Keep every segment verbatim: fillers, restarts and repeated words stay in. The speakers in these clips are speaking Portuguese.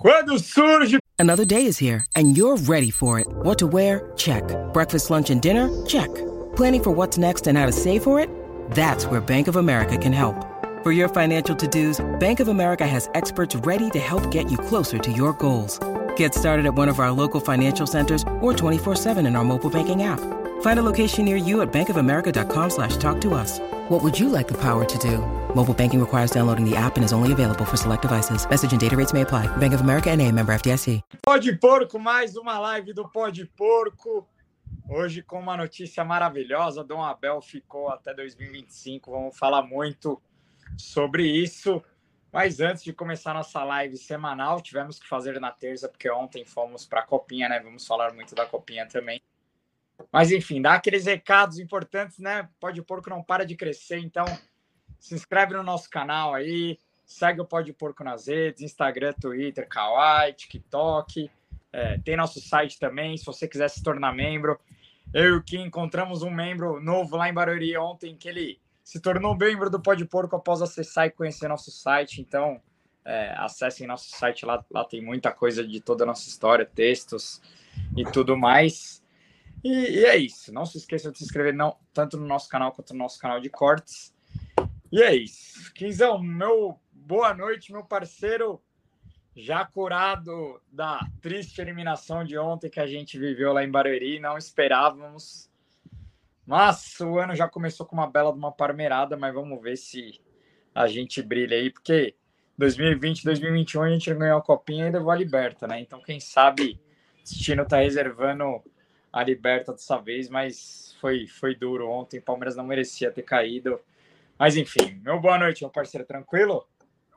Quando surge... Another day is here, and you're ready for it. What to wear? Check. Breakfast, lunch, and dinner? Check. Planning for what's next and how to save for it? That's where Bank of America can help. For your financial to-dos, Bank of America has experts ready to help get you closer to your goals. Get started at one of our local financial centers or twenty-four seven in our mobile banking app. Find a location near you at bankofamerica.com slash talk to us. What would you like the power to do? Mobile banking requires downloading the app and is only available for select devices. Message and data rates may apply. Bank of America N A, member F D I C. Pode Porco, mais uma live do Pode Porco. Hoje com uma notícia maravilhosa. Dom Abel ficou até dois mil e vinte e cinco. Vamos falar muito sobre isso. Mas antes de começar nossa live semanal, tivemos que fazer na terça, porque ontem fomos para a Copinha, né? Vamos falar muito da Copinha também. Mas, enfim, dá aqueles recados importantes, né? Pode Porco não para de crescer, então se inscreve no nosso canal aí, segue o Pode Porco nas redes, Instagram, Twitter, Kawaii, TikTok, é, tem nosso site também, se você quiser se tornar membro. Eu e o Kim encontramos um membro novo lá em Barueri ontem, que ele se tornou membro do Pode Porco após acessar e conhecer nosso site, então é, acessem nosso site, lá, lá tem muita coisa de toda a nossa história, textos e tudo mais. E, e é isso, não se esqueça de se inscrever não, tanto no nosso canal quanto no nosso canal de cortes. E é isso. Quinzão, meu boa noite, meu parceiro, já curado da triste eliminação de ontem que a gente viveu lá em Barueri, não esperávamos. Mas o ano já começou com uma bela de uma parmeirada, mas vamos ver se a gente brilha aí, porque dois mil e vinte, dois mil e vinte e um a gente ganhou a Copinha e levou a Liberta, né? Então, quem sabe o destino tá reservando a Liberta dessa vez, mas foi, foi duro ontem. O Palmeiras não merecia ter caído. Mas, enfim, meu boa noite, meu parceiro, tranquilo?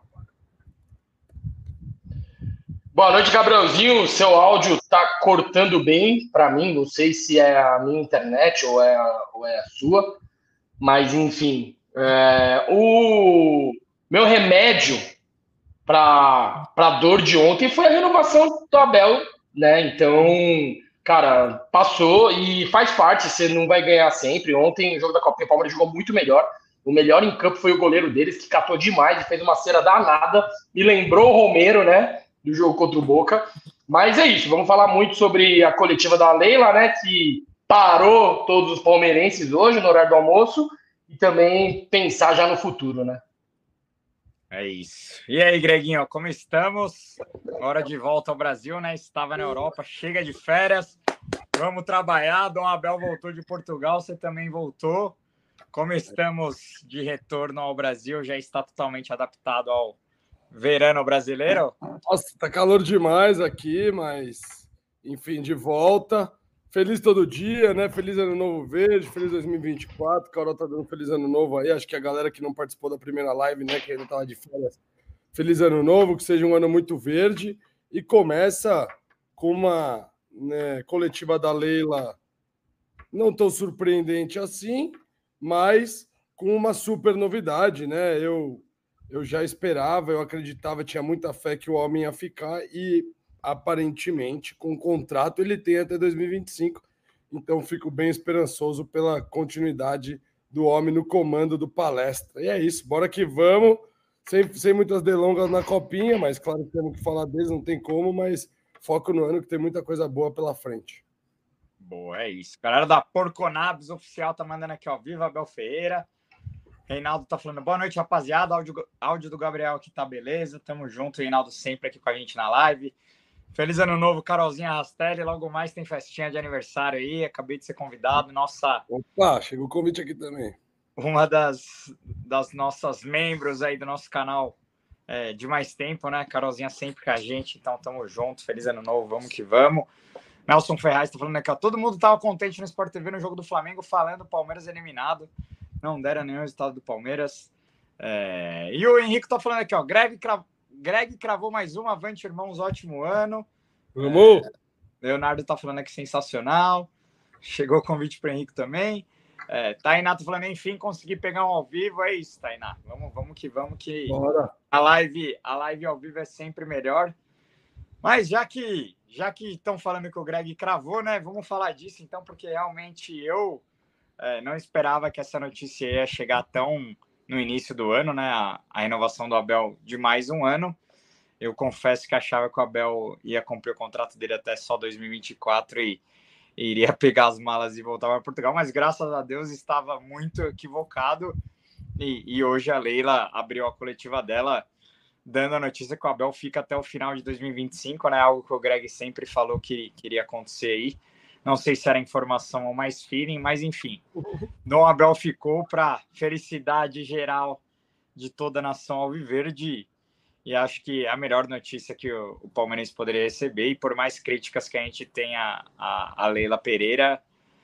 Boa noite, Gabrielzinho. Seu áudio tá cortando bem para mim. Não sei se é a minha internet ou é a, ou é a sua. Mas, enfim, é, o meu remédio para a dor de ontem foi a renovação do Abel, né? Então, cara, passou e faz parte. Você não vai ganhar sempre. Ontem, o jogo da Copinha, o Palmeiras jogou muito melhor. O melhor em campo foi o goleiro deles, que catou demais e fez uma cera danada. E lembrou o Romero, né? Do jogo contra o Boca. Mas é isso, vamos falar muito sobre a coletiva da Leila, né, que parou todos os palmeirenses hoje no horário do almoço e também pensar já no futuro, né? É isso. E aí, Greguinho, como estamos? Hora de volta ao Brasil, né? Estava na Europa, chega de férias, vamos trabalhar. Dom Abel voltou de Portugal, você também voltou. Como estamos de retorno ao Brasil? Já está totalmente adaptado ao verano brasileiro? Nossa, tá calor demais aqui, mas enfim, de volta. Feliz todo dia, né? Feliz Ano Novo Verde, feliz dois mil e vinte e quatro. Carol tá dando feliz Ano Novo aí. Acho que a galera que não participou da primeira live, né, que ainda tava de férias, feliz Ano Novo, que seja um ano muito verde. E começa com uma, né, coletiva da Leila não tão surpreendente assim, mas com uma super novidade, né? Eu Eu já esperava, eu acreditava, tinha muita fé que o homem ia ficar e, aparentemente, com o contrato, ele tem até dois mil e vinte e cinco. Então, fico bem esperançoso pela continuidade do homem no comando do Palestra. E é isso, bora que vamos. Sem, sem muitas delongas na Copinha, mas claro que temos que falar deles, não tem como, mas foco no ano que tem muita coisa boa pela frente. Boa, é isso. Galera da Porconabs Oficial tá mandando aqui, ó, viva Abel Ferreira. Reinaldo tá falando, boa noite, rapaziada. Áudio, áudio do Gabriel aqui tá beleza. Tamo junto, Reinaldo sempre aqui com a gente na live. Feliz ano novo, Carolzinha Rastelli. Logo mais tem festinha de aniversário aí. Acabei de ser convidado. Nossa. Opa, chegou o convite aqui também. Uma das, das nossas membros aí do nosso canal é, de mais tempo, né? Carolzinha sempre com a gente. Então tamo junto. Feliz ano novo, vamos que vamos. Nelson Ferraz tá falando aqui, ó. Todo mundo tava contente no Sport T V no jogo do Flamengo, falando Palmeiras eliminado. Não deram nenhum resultado do Palmeiras. É... E o Henrique tá falando aqui, ó. Greg, crav... Greg cravou mais uma. Avante, irmãos, ótimo ano. Vamos! É... Leonardo tá falando aqui, sensacional. Chegou o convite para o Henrique também. É, Tainá tá falando, enfim, consegui pegar um ao vivo. É isso, Tainá. Vamos, vamos que vamos, que Bora. a live, a live ao vivo é sempre melhor. Mas já que já que estão falando que o Greg cravou, né? Vamos falar disso então, porque realmente eu É, não esperava que essa notícia ia chegar tão no início do ano, né? A, a renovação do Abel de mais um ano. Eu confesso que achava que o Abel ia cumprir o contrato dele até só dois mil e vinte e quatro e, e iria pegar as malas e voltar para Portugal, mas graças a Deus estava muito equivocado e, e hoje a Leila abriu a coletiva dela dando a notícia que o Abel fica até o final de dois mil e vinte e cinco, né? Algo que o Greg sempre falou que, que iria acontecer aí. Não sei se era informação ou mais feeling, mas enfim. Dom Abel ficou para felicidade geral de toda a nação alviverde e acho que é a melhor notícia que o, o Palmeirense poderia receber. E por mais críticas que a gente tenha a, a Leila Pereira,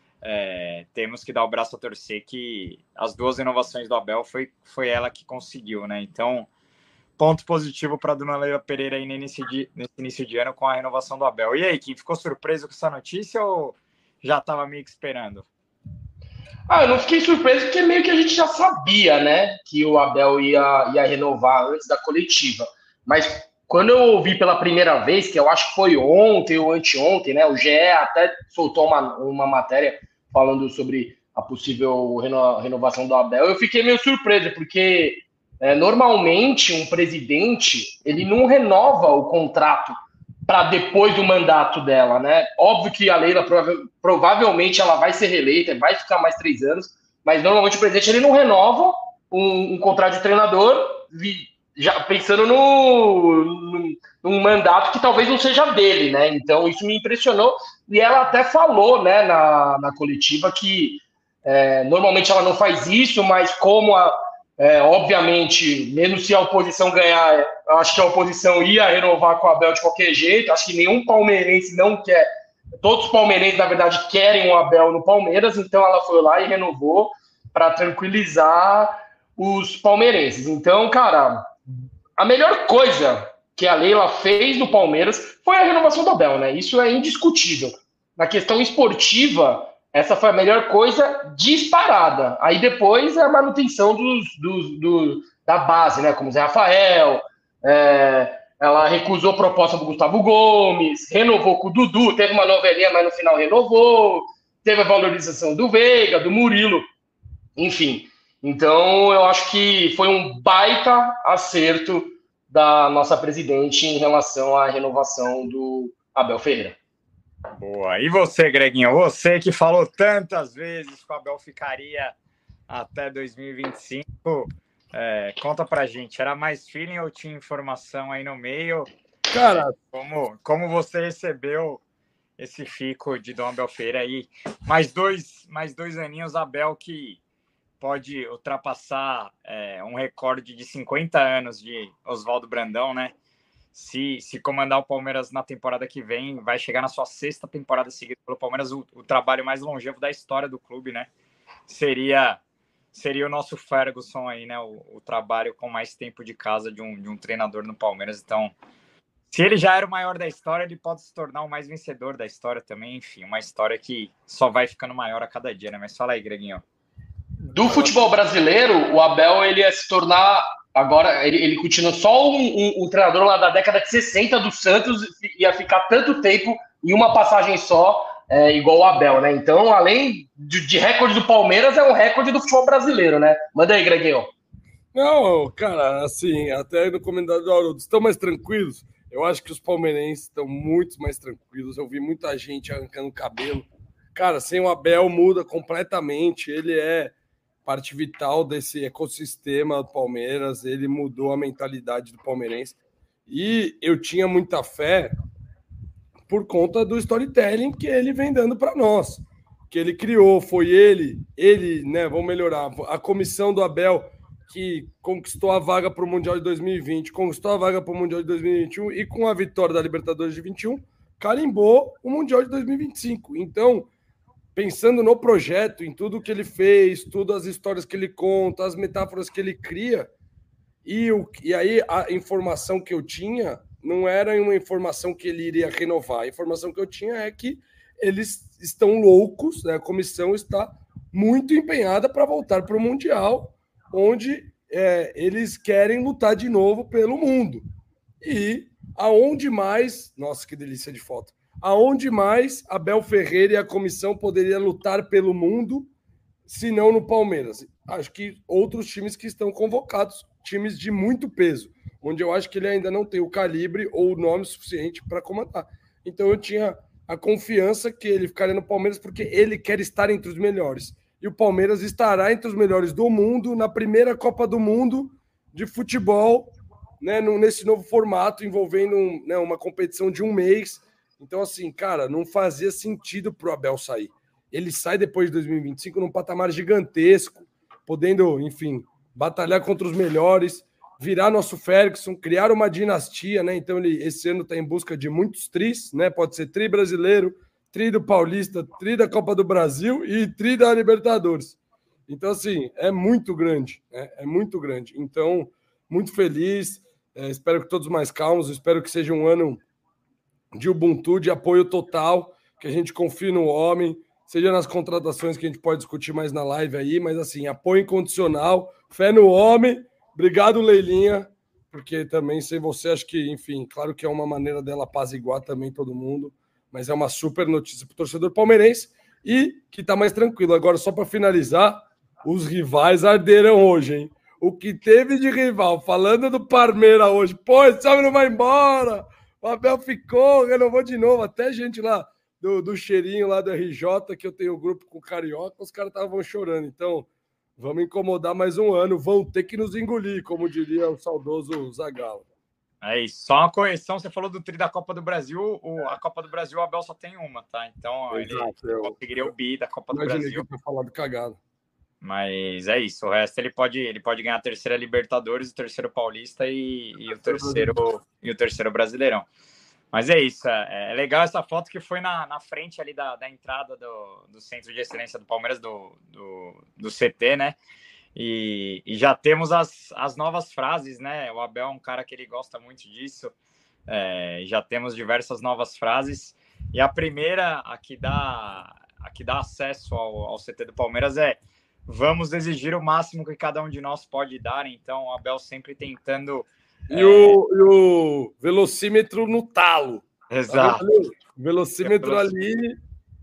é, temos que dar o braço a torcer que as duas renovações do Abel foi, foi ela que conseguiu, né? Então, ponto positivo para a dona Leila Pereira aí nesse, de, nesse início de ano com a renovação do Abel. E aí, Kim, ficou surpreso com essa notícia ou já estava meio que esperando? Ah, eu não fiquei surpreso porque meio que a gente já sabia, né, que o Abel ia, ia renovar antes da coletiva. Mas quando eu ouvi pela primeira vez, que eu acho que foi ontem ou anteontem, né, o G E até soltou uma, uma matéria falando sobre a possível reno, renovação do Abel, eu fiquei meio surpreso, porque é, normalmente um presidente, ele não renova o contrato para depois do mandato dela, né? Óbvio que a Leila prova- provavelmente ela vai ser reeleita, vai ficar mais três anos, mas normalmente o presidente ele não renova um, um contrato de treinador vi- já pensando no, no, num mandato que talvez não seja dele, né? Então isso me impressionou e ela até falou, né, na, na coletiva que é, normalmente ela não faz isso, mas como a É, obviamente, mesmo se a oposição ganhar, eu acho que a oposição ia renovar com o Abel de qualquer jeito. Acho que nenhum palmeirense não quer. Todos os palmeirenses, na verdade, querem o Abel no Palmeiras, então ela foi lá e renovou para tranquilizar os palmeirenses. Então, cara, a melhor coisa que a Leila fez no Palmeiras foi a renovação do Abel, né? Isso é indiscutível. Na questão esportiva, essa foi a melhor coisa disparada. Aí depois é a manutenção dos, dos, do, da base, né? Como Zé Rafael, é, ela recusou proposta do Gustavo Gomes, renovou com o Dudu, teve uma novelinha, mas no final renovou, teve a valorização do Veiga, do Murilo, enfim. Então eu acho que foi um baita acerto da nossa presidente em relação à renovação do Abel Ferreira. Boa. E você, Greguinho? Você que falou tantas vezes que o Abel ficaria até dois mil e vinte e cinco, é, conta pra gente, era mais feeling ou tinha informação aí no meio? Cara, é, como, como você recebeu esse fico de Dom Abel Ferreira aí? Mais dois, mais dois aninhos, Abel que pode ultrapassar é, um recorde de cinquenta anos de Oswaldo Brandão, né? Se, se comandar o Palmeiras na temporada que vem, vai chegar na sua sexta temporada seguida pelo Palmeiras, o, o trabalho mais longevo da história do clube, né? Seria, seria o nosso Ferguson aí, né? O, o trabalho com mais tempo de casa de um, de um treinador no Palmeiras. Então, se ele já era o maior da história, ele pode se tornar o mais vencedor da história também. Enfim, uma história que só vai ficando maior a cada dia, né? Mas fala aí, Greguinho. Do futebol brasileiro, o Abel ele ia se tornar... Agora, ele, ele continua só um, um, um treinador lá da década de sessenta do Santos, ia ficar tanto tempo em uma passagem só, é, igual o Abel, né? Então, além de, de recorde do Palmeiras, é um recorde do futebol brasileiro, né? Manda aí, Greguinho. não, cara, assim, até no comentário do Haroldo, estão mais tranquilos? Eu acho que os palmeirenses estão muito mais tranquilos. Eu vi muita gente arrancando cabelo. Cara, sem o Abel muda completamente. Ele é parte vital desse ecossistema do Palmeiras, ele mudou a mentalidade do palmeirense. E eu tinha muita fé por conta do storytelling que ele vem dando para nós, que ele criou, foi ele, ele, né, vamos melhorar, a comissão do Abel que conquistou a vaga para o Mundial de dois mil e vinte, conquistou a vaga para o Mundial de dois mil e vinte e um e com a vitória da Libertadores de vinte e um, carimbou o Mundial de dois mil e vinte e cinco. Então, pensando no projeto, em tudo que ele fez, todas as histórias que ele conta, as metáforas que ele cria, e, o, e aí a informação que eu tinha não era uma informação que ele iria renovar. A informação que eu tinha é que eles estão loucos, né? A comissão está muito empenhada para voltar para o Mundial, onde é, eles querem lutar de novo pelo mundo. E aonde mais... Nossa, que delícia de foto. Aonde mais Abel Ferreira e a comissão poderia lutar pelo mundo, se não no Palmeiras? Acho que outros times que estão convocados, times de muito peso. onde eu acho que ele ainda não tem o calibre ou o nome suficiente para comandar. Então eu tinha a confiança que ele ficaria no Palmeiras porque ele quer estar entre os melhores. E o Palmeiras estará entre os melhores do mundo na primeira Copa do Mundo de futebol, né, nesse novo formato, envolvendo um, né, uma competição de um mês. Então, assim, cara, não fazia sentido pro Abel sair. Ele sai depois de dois mil e vinte e cinco num patamar gigantesco, podendo, enfim, batalhar contra os melhores, virar nosso Ferguson, criar uma dinastia, né? Então, ele esse ano está em busca de muitos tris, né? Pode ser tri brasileiro, tri do Paulista, tri da Copa do Brasil e tri da Libertadores. Então, assim, é muito grande, né? É muito grande. Então, muito feliz, é, espero que todos mais calmos, espero que seja um ano de Ubuntu, de apoio total, que a gente confie no homem, seja nas contratações que a gente pode discutir mais na live aí, mas assim, apoio incondicional, fé no homem. Obrigado, Leilinha, porque também sem você, acho que, enfim, claro que é uma maneira dela apaziguar também todo mundo, mas é uma super notícia para o torcedor palmeirense e que está mais tranquilo. Agora, só para finalizar, os rivais arderam hoje, hein? O que teve de rival falando do Parmeira hoje, pô, esse homem não vai embora, o Abel ficou, renovou de novo, até gente lá do, do cheirinho lá do R J, que eu tenho um grupo com Carioca, os caras estavam chorando. Então, vamos incomodar mais um ano, vão ter que nos engolir, como diria o saudoso Zagallo. É isso, só uma correção, você falou do tri da Copa do Brasil, o, a Copa do Brasil, o Abel só tem uma, tá? Então, Exato, ele eu, conseguiria o bi da Copa do Brasil. Imaginei que eu falado cagado. Mas é isso, o resto ele pode, ele pode ganhar a terceira Libertadores, o terceiro Paulista e, e, o, terceiro, e o terceiro Brasileirão. Mas é isso, é, é legal essa foto que foi na, na frente ali da, da entrada do, do Centro de Excelência do Palmeiras, do, do, do C T, né? E, e já temos as, as novas frases, né? O Abel é um cara que ele gosta muito disso, é, já temos diversas novas frases. E a primeira, a que dá, a que dá acesso ao, ao C T do Palmeiras é: vamos exigir o máximo que cada um de nós pode dar. Então, o Abel sempre tentando... E, é... o, e o velocímetro no talo. Exato. O velocímetro ali...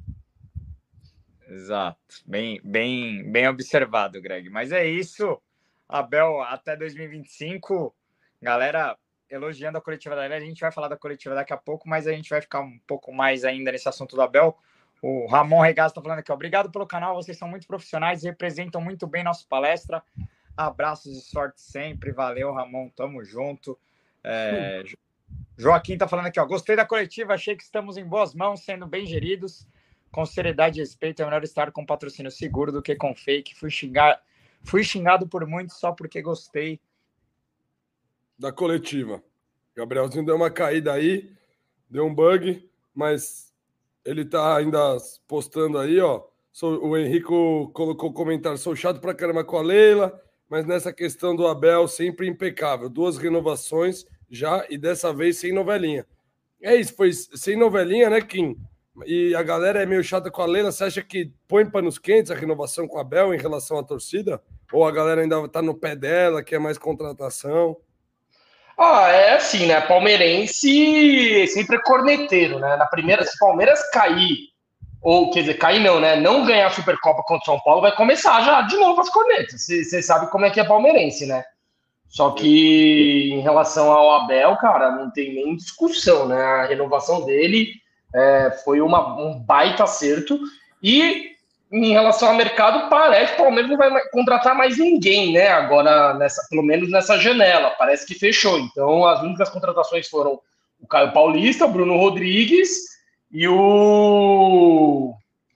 Exato. Bem, bem, bem observado, Greg. Mas é isso. Abel, até dois mil e vinte e cinco, galera elogiando a coletividade. A gente vai falar da coletiva daqui a pouco, mas a gente vai ficar um pouco mais ainda nesse assunto do Abel. O Ramon Regasso está falando aqui, ó, obrigado pelo canal, vocês são muito profissionais e representam muito bem nossa palestra. Abraços e sorte sempre. Valeu, Ramon, tamo junto. É, Joaquim está falando aqui, ó, gostei da coletiva, achei que estamos em boas mãos, sendo bem geridos. Com seriedade e respeito, é melhor estar com patrocínio seguro do que com fake. Fui, xingar, fui xingado por muitos só porque gostei. Da coletiva. Gabrielzinho deu uma caída aí, deu um bug, mas... Ele tá ainda postando aí, ó. Sou, o Henrico colocou comentário. Sou chato pra caramba com a Leila, mas nessa questão do Abel, sempre impecável. Duas renovações já e dessa vez sem novelinha. É isso, foi sem novelinha, né, Kim? E a galera é meio chata com a Leila. Você acha que põe panos quentes a renovação com o Abel em relação à torcida? Ou a galera ainda tá no pé dela, quer mais contratação? Ah, é assim, né? Palmeirense sempre é corneteiro, né? Na primeira, se o Palmeiras cair, ou quer dizer, cair não, né? Não ganhar a Supercopa contra o São Paulo, vai começar já de novo as cornetas. Você sabe como é que é palmeirense, né? Só que em relação ao Abel, cara, não tem nem discussão, né? A renovação dele é, foi uma, um baita acerto. E em relação ao mercado, parece que o Palmeiras não vai contratar mais ninguém, né? Agora, nessa, pelo menos nessa janela, parece que fechou. Então, as únicas contratações foram o Caio Paulista, o Bruno Rodrigues e o...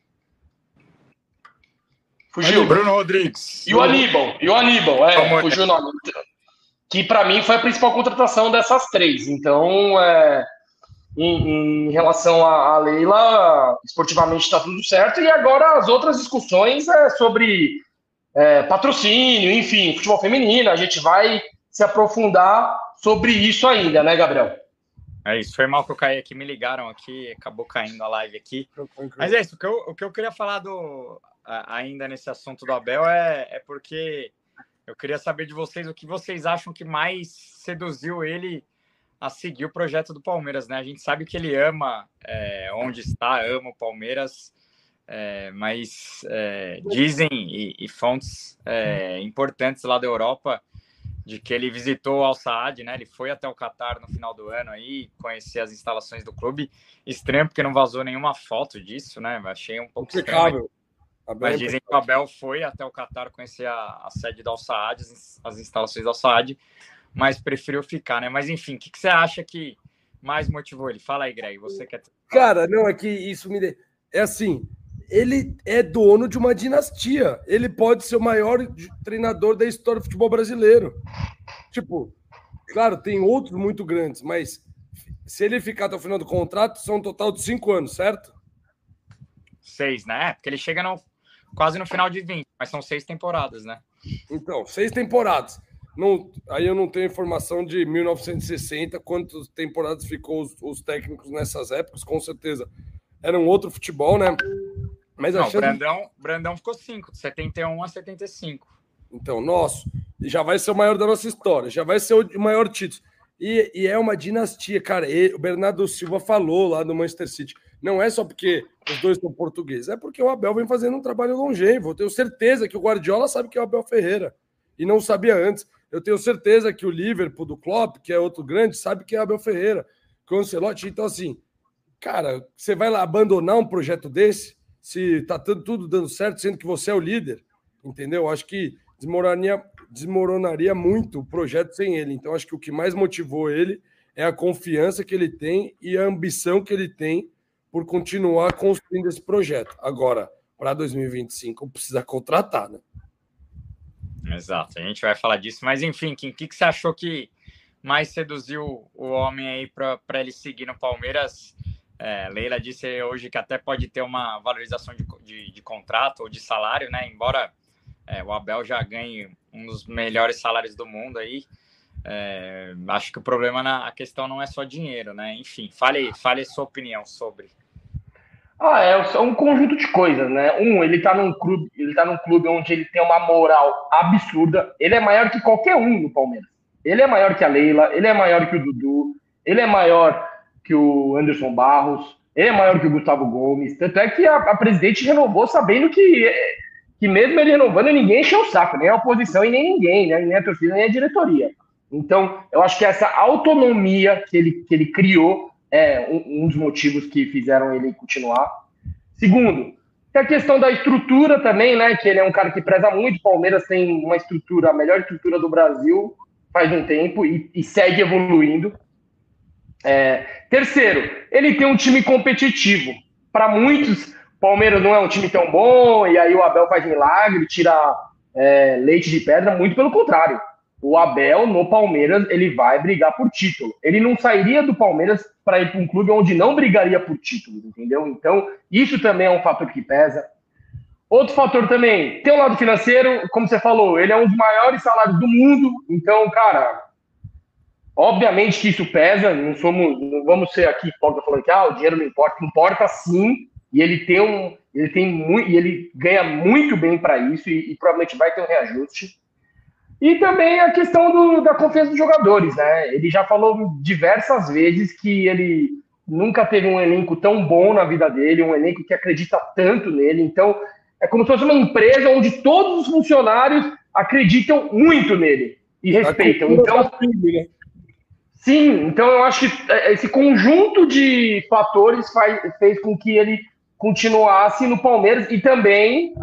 Fugiu. Aí, Bruno Rodrigues. E o Aníbal. E o Aníbal, é, Amor. Fugiu o nome. Que, para mim, foi a principal contratação dessas três. Então, é... Em, em relação à Leila, esportivamente está tudo certo, e agora as outras discussões é sobre é, patrocínio, enfim, futebol feminino, a gente vai se aprofundar sobre isso ainda, né, Gabriel? É isso, foi mal que eu caí aqui, me ligaram aqui, acabou caindo a live aqui. Mas é isso, o que eu, o que eu queria falar do, ainda nesse assunto do Abel é, é porque eu queria saber de vocês o que vocês acham que mais seduziu ele a seguir o projeto do Palmeiras, né? A gente sabe que ele ama é, onde está, ama o Palmeiras, é, mas é, dizem, e, e fontes é, importantes lá da Europa, de que ele visitou o Al Saad, né? Ele foi até o Catar no final do ano aí, conhecer as instalações do clube. Estranho, porque não vazou nenhuma foto disso, né? Achei um pouco estranho. Mas dizem que o Abel foi até o Catar conhecer a, a sede do Al Saad, as, as instalações do Al Saad, mas preferiu ficar, né? Mas enfim, o que, que você acha que mais motivou ele? Fala aí, Greg, você quer... Cara, não, é que isso me... De... É assim, ele é dono de uma dinastia. Ele pode ser o maior treinador da história do futebol brasileiro. Tipo, claro, tem outros muito grandes, mas se ele ficar até o final do contrato, são um total de cinco anos, certo? Seis, né? Porque ele chega no, quase no final de vinte, mas são seis temporadas, né? Então, seis temporadas. Não, aí eu não tenho informação de mil novecentos e sessenta, quantas temporadas ficou os, os técnicos nessas épocas, com certeza. Era um outro futebol, né? Mas não, achando... Brandão, Brandão ficou cinco, de setenta e um a setenta e cinco. Então, nosso, já vai ser o maior da nossa história, já vai ser o maior título. E, e é uma dinastia, cara. E o Bernardo Silva falou lá do Manchester City. Não é só porque os dois são portugueses, é porque o Abel vem fazendo um trabalho longevo. Eu tenho certeza que o Guardiola sabe que é o Abel Ferreira e não sabia antes. Eu tenho certeza que o Liverpool do Klopp, que é outro grande, sabe que é o Abel Ferreira, que é o Ancelotti. Então, assim, cara, você vai lá abandonar um projeto desse se tá tudo dando certo, sendo que você é o líder, entendeu? Acho que desmoronaria, desmoronaria muito o projeto sem ele. Então, acho que o que mais motivou ele é a confiança que ele tem e a ambição que ele tem por continuar construindo esse projeto. Agora, para dois mil e vinte e cinco, precisa contratar, né? Exato, a gente vai falar disso. Mas, enfim, o que, que você achou que mais seduziu o homem aí para ele seguir no Palmeiras? É, Leila disse hoje que até pode ter uma valorização de, de, de contrato ou de salário, né? Embora é, o Abel já ganhe um dos melhores salários do mundo aí. É, acho que o problema, na a questão não é só dinheiro, né? Enfim, fale, fale a sua opinião sobre. Ah, é um conjunto de coisas, né? Um, ele tá num clube, ele tá num clube onde ele tem uma moral absurda. Ele é maior que qualquer um no Palmeiras. Ele é maior que a Leila, ele é maior que o Dudu, ele é maior que o Anderson Barros, ele é maior que o Gustavo Gomes. Tanto é que a, a presidente renovou sabendo que, que mesmo ele renovando, ninguém encheu o saco, nem a oposição e nem ninguém, né? Nem a torcida, nem a diretoria. Então, eu acho que essa autonomia que ele, que ele criou é um, um dos motivos que fizeram ele continuar. Segundo, tem a questão da estrutura também, né? Que ele é um cara que preza muito. O Palmeiras tem uma estrutura, a melhor estrutura do Brasil faz um tempo e, e segue evoluindo. É, terceiro, ele tem um time competitivo. Para muitos, o Palmeiras não é um time tão bom e aí o Abel faz milagre, tira é, leite de pedra. Muito pelo contrário. O Abel, no Palmeiras, ele vai brigar por título. Ele não sairia do Palmeiras para ir para um clube onde não brigaria por título, entendeu? Então, isso também é um fator que pesa. Outro fator também, tem o lado financeiro, como você falou, ele é um dos maiores salários do mundo. Então, cara, obviamente que isso pesa. Não somos, não vamos ser aqui hipócritas falando que ah, o dinheiro não importa. Importa sim, e ele tem um, ele tem muito, e ele ganha muito bem para isso e, e provavelmente vai ter um reajuste. E também a questão do, da confiança dos jogadores, né? Ele já falou diversas vezes que ele nunca teve um elenco tão bom na vida dele, um elenco que acredita tanto nele. Então, é como se fosse uma empresa onde todos os funcionários acreditam muito nele e respeitam. Então, sim, então eu acho que esse conjunto de fatores faz, fez com que ele continuasse no Palmeiras e também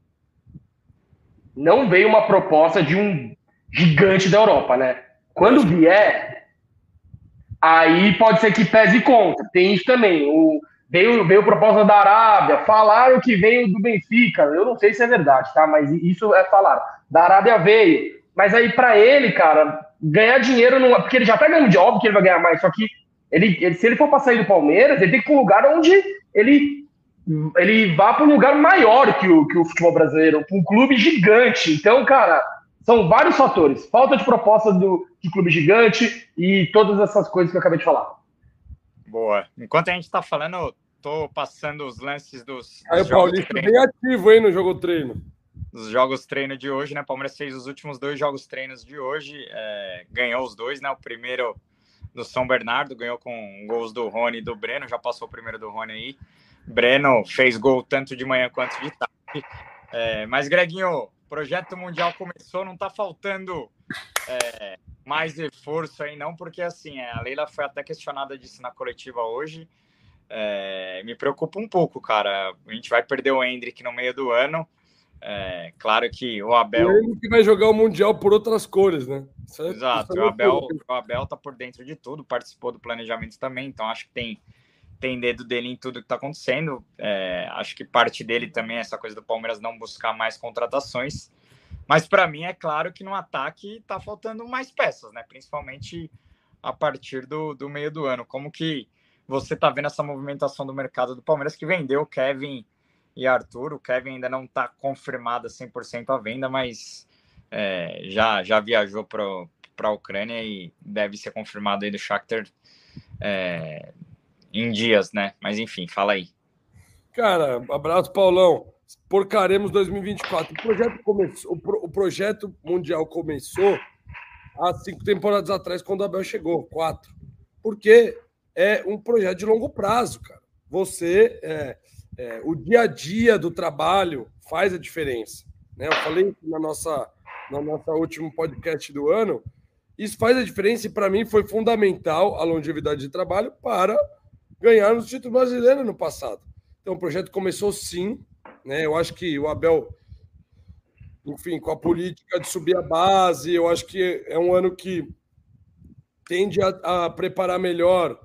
não veio uma proposta de um gigante da Europa, né? Quando vier, aí pode ser que pese contra. Tem isso também. O, veio, veio proposta da Arábia, falaram que veio do Benfica. Eu não sei se é verdade, tá? Mas isso é falar. Da Arábia veio. Mas aí pra ele, cara, ganhar dinheiro, não, porque ele já tá ganhando de óbvio que ele vai ganhar mais, só que ele, ele, se ele for pra sair do Palmeiras, ele tem que ir pra um lugar onde ele... ele vá para um lugar maior que o, que o futebol brasileiro, para um clube gigante. Então, cara, são vários fatores. Falta de proposta do, de clube gigante e todas essas coisas que eu acabei de falar. Boa. Enquanto a gente está falando, eu tô passando os lances dos, dos Aí o Paulista bem ativo, hein, no jogo treino. Dos jogos treino de hoje, né? O Palmeiras fez os últimos dois jogos treinos de hoje, é, ganhou os dois, né? O primeiro do São Bernardo, ganhou com gols do Rony e do Breno, já passou o primeiro do Rony aí. Breno fez gol tanto de manhã quanto de tarde. É, mas, Greginho, o projeto mundial começou, não está faltando é, mais reforço aí, não, porque assim, a Leila foi até questionada disso na coletiva hoje. É, me preocupa um pouco, cara. A gente vai perder o Endrick no meio do ano. É, claro que o Abel... Ele que vai jogar o Mundial por outras cores, né? Certo? Exato, o Abel, o Abel tá por dentro de tudo, participou do planejamento também, então acho que tem, tem dedo dele em tudo que tá acontecendo. É, acho que parte dele também é essa coisa do Palmeiras não buscar mais contratações. Mas para mim é claro que no ataque tá faltando mais peças, né? Principalmente a partir do, do meio do ano. Como que você tá vendo essa movimentação do mercado do Palmeiras, que vendeu Kevin e Arthur? O Kevin ainda não tá confirmado cem por cento a venda, mas é, já, já viajou para a Ucrânia e deve ser confirmado aí do Shakhtar é, em dias, né? Mas enfim, fala aí. Cara, abraço, Paulão. Porcaremos dois mil e vinte e quatro. O projeto, começou, o, pro, o projeto mundial começou há cinco temporadas atrás, quando o Abel chegou, quatro. Porque é um projeto de longo prazo, cara. Você, é, é, o dia a dia do trabalho faz a diferença. Né? Eu falei na nossa, na nossa último podcast do ano, isso faz a diferença e para mim foi fundamental a longevidade de trabalho para ganhar no título brasileiro no passado. Então o projeto começou sim, né? Eu acho que o Abel, enfim, com a política de subir a base, eu acho que é um ano que tende a, a preparar melhor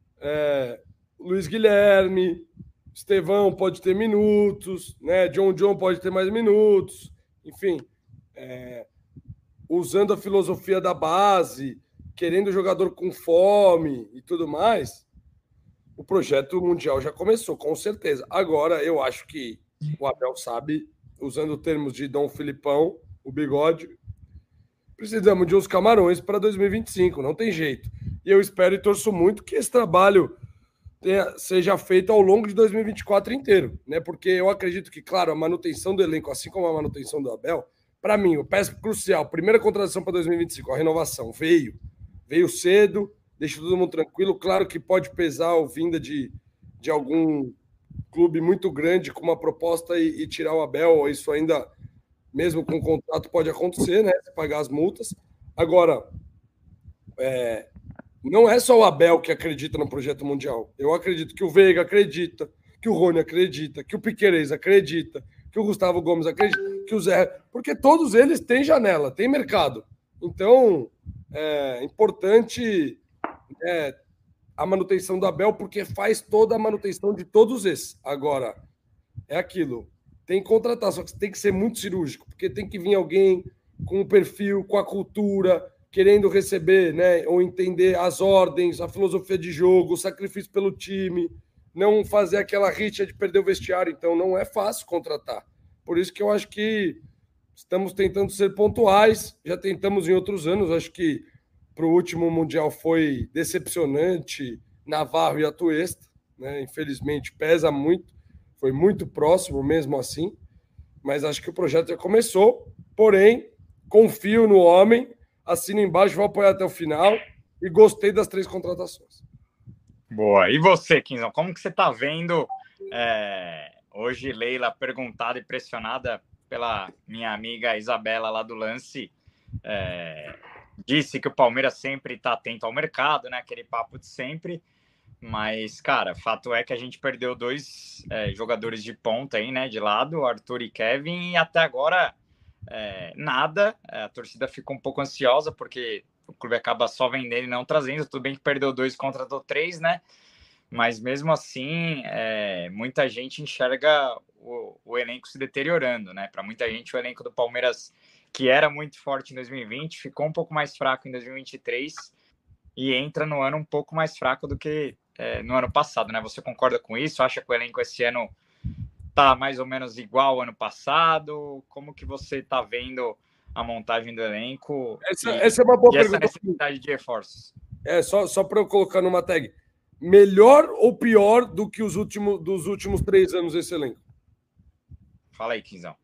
é, Luiz Guilherme, Estevão pode ter minutos, né? John John pode ter mais minutos, enfim, é, usando a filosofia da base, querendo o jogador com fome e tudo mais, o projeto mundial já começou, com certeza. Agora, eu acho que o Abel sabe, usando termos de Dom Filipão, o bigode, precisamos de uns camarões para dois mil e vinte e cinco, não tem jeito. E eu espero e torço muito que esse trabalho tenha, seja feito ao longo de dois mil e vinte e quatro inteiro, né? Porque eu acredito que, claro, a manutenção do elenco, assim como a manutenção do Abel, para mim, o peça crucial, primeira contratação para dois mil e vinte e cinco, a renovação, veio. Veio cedo, deixa todo mundo tranquilo. Claro que pode pesar a vinda de, de algum clube muito grande com uma proposta e, e tirar o Abel, isso ainda, mesmo com o contrato, pode acontecer, né? Se pagar as multas. Agora, é, não é só o Abel que acredita no projeto mundial. Eu acredito que o Veiga acredita, que o Rony acredita, que o Piquerez acredita, que o Gustavo Gomes acredita, que o Zé... Porque todos eles têm janela, têm mercado. Então, é importante é, a manutenção do Abel, porque faz toda a manutenção de todos esses. Agora, é aquilo. Tem que contratar, só que tem que ser muito cirúrgico, porque tem que vir alguém com o perfil, com a cultura, querendo receber, né, ou entender as ordens, a filosofia de jogo, o sacrifício pelo time, não fazer aquela rixa de perder o vestiário. Então, não é fácil contratar. Por isso que eu acho que estamos tentando ser pontuais, já tentamos em outros anos, acho que para o último Mundial foi decepcionante, Navarro e Atuesta, né? Infelizmente pesa muito, foi muito próximo mesmo assim, mas acho que o projeto já começou, porém, confio no homem, assino embaixo, vou apoiar até o final e gostei das três contratações. Boa, e você, Quinzão, como que você está vendo é, hoje Leila perguntada e pressionada pela minha amiga Isabela lá do Lance, é, disse que o Palmeiras sempre está atento ao mercado, né? Aquele papo de sempre. Mas, cara, fato é que a gente perdeu dois é, jogadores de ponta aí, né? De lado, Arthur e Kevin, e até agora é, nada. A torcida ficou um pouco ansiosa, porque o clube acaba só vendendo e não trazendo. Tudo bem que perdeu dois, contratou três, né? Mas mesmo assim, é, muita gente enxerga o, o elenco se deteriorando, né? Para muita gente, o elenco do Palmeiras, que era muito forte em dois mil e vinte, ficou um pouco mais fraco em dois mil e vinte e três e entra no ano um pouco mais fraco do que é, no ano passado, né? Você concorda com isso? Acha que o elenco esse ano tá mais ou menos igual ao ano passado? Como que você tá vendo a montagem do elenco? Essa, e, essa é uma boa e pergunta. Essa necessidade de reforços. É, só, só para eu colocar numa tag. Melhor ou pior do que os últimos, dos últimos três anos esse elenco? Fala aí, Quinzão.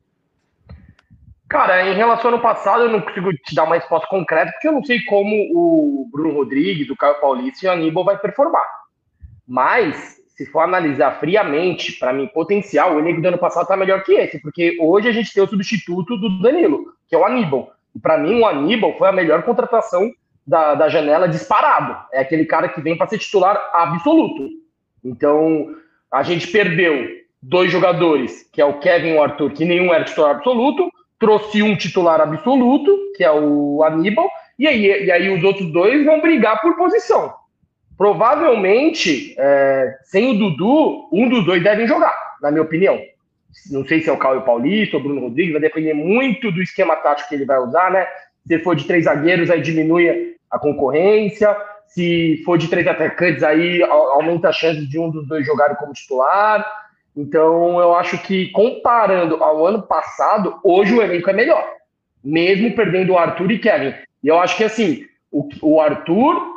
Cara, em relação ao ano passado, eu não consigo te dar uma resposta concreta, porque eu não sei como o Bruno Rodrigues, o Caio Paulista e o Aníbal vai performar. Mas, se for analisar friamente, para mim, potencial, o elenco do ano passado tá melhor que esse, porque hoje a gente tem o substituto do Danilo, que é o Aníbal. Para mim, o Aníbal foi a melhor contratação da, da janela disparado. É aquele cara que vem para ser titular absoluto. Então, a gente perdeu dois jogadores, que é o Kevin e o Arthur, que nenhum era titular absoluto, trouxe um titular absoluto, que é o Aníbal, e aí, e aí os outros dois vão brigar por posição. Provavelmente, é, sem o Dudu, um dos dois devem jogar, na minha opinião. Não sei se é o Caio Paulista ou o Bruno Rodrigues, vai depender muito do esquema tático que ele vai usar, né? Se for de três zagueiros, aí diminui a concorrência. Se for de três atacantes, aí aumenta a chance de um dos dois jogarem como titular. Então, eu acho que, comparando ao ano passado, hoje o elenco é melhor. Mesmo perdendo o Arthur e Kevin. E eu acho que, assim, o, o Arthur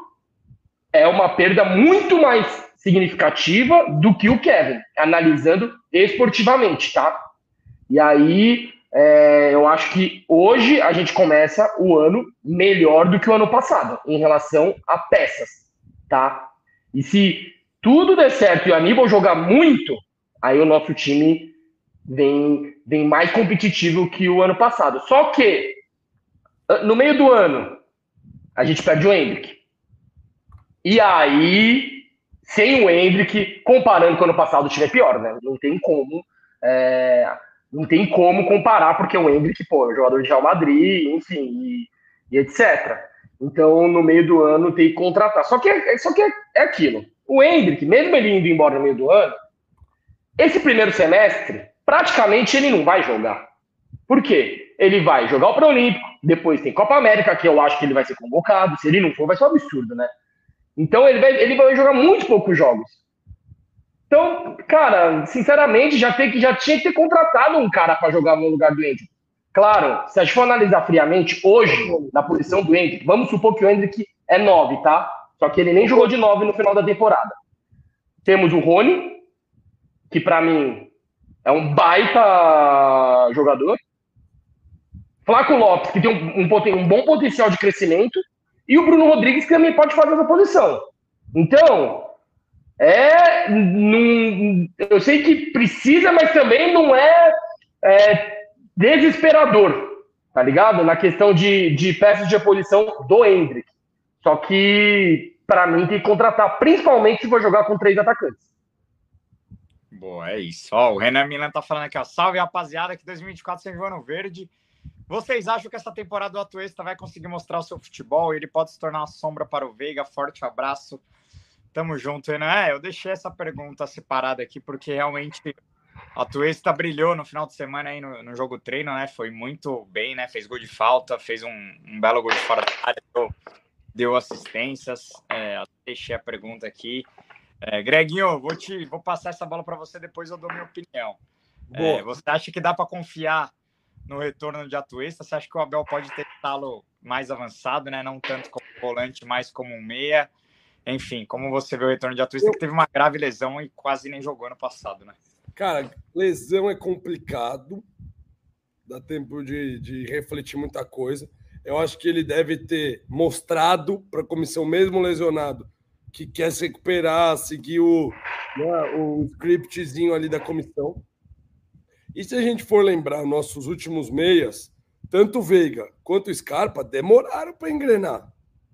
é uma perda muito mais significativa do que o Kevin, analisando esportivamente, tá? E aí, é, eu acho que hoje a gente começa o ano melhor do que o ano passado, em relação a peças, tá? E se tudo der certo e o Aníbal jogar muito, aí o nosso time vem, vem mais competitivo que o ano passado. Só que, no meio do ano, a gente perde o Endrick. E aí, sem o Endrick, comparando com o ano passado, o time é pior, né? Não tem como, é, não tem como comparar, porque o Endrick, pô, é jogador de Real Madrid, enfim, e, e etcétera. Então, no meio do ano, tem que contratar. Só que, é, só que é, é aquilo. O Endrick, mesmo ele indo embora no meio do ano, esse primeiro semestre, praticamente ele não vai jogar. Por quê? Ele vai jogar o Pré-Olímpico, depois tem Copa América, que eu acho que ele vai ser convocado. Se ele não for, vai ser um absurdo, né? Então, ele vai, ele vai jogar muito poucos jogos. Então, cara, sinceramente, já, tem que, já tinha que ter contratado um cara para jogar no lugar do Endrick. Claro, se a gente for analisar friamente, hoje, na posição do Endrick, vamos supor que o Endrick é nove, tá? Só que ele nem jogou de nove no final da temporada. Temos o Rony, que para mim é um baita jogador. Flaco Lopes, que tem um, um, um bom potencial de crescimento. E o Bruno Rodrigues, que também pode fazer essa posição. Então, é, num, eu sei que precisa, mas também não é, é desesperador, tá ligado? Na questão de, de peças de reposição do Endrick. Só que, para mim, tem que contratar, principalmente se for jogar com três atacantes. Boa, é isso. Ó, o Renan Milan tá falando aqui, ó. Salve, rapaziada, que dois mil e vinte e quatro sem Joano Verde. Vocês acham que essa temporada do Atuesta vai conseguir mostrar o seu futebol? Ele pode se tornar uma sombra para o Veiga? Forte abraço. Tamo junto, Renan. É, eu deixei essa pergunta separada aqui, porque realmente o Atuesta brilhou no final de semana aí no, no jogo treino, né? Foi muito bem, né? Fez gol de falta, fez um, um belo gol de fora da área, deu, deu assistências. É, deixei a pergunta aqui. É, Greginho, vou, te, vou passar essa bola para você, depois eu dou minha opinião. É, você acha que dá para confiar no retorno de Atuesta? Você acha que o Abel pode tentá-lo mais avançado, né? Não tanto como volante, mais como um meia? Enfim, como você vê o retorno de Atuesta, que teve uma grave lesão e quase nem jogou ano passado, né? Cara, lesão é complicado. Dá tempo de, de refletir muita coisa. Eu acho que ele deve ter mostrado para a comissão, mesmo lesionado, que quer se recuperar, seguir o, né, o scriptzinho ali da comissão. E se a gente for lembrar nossos últimos meias, tanto o Veiga quanto o Scarpa demoraram para engrenar.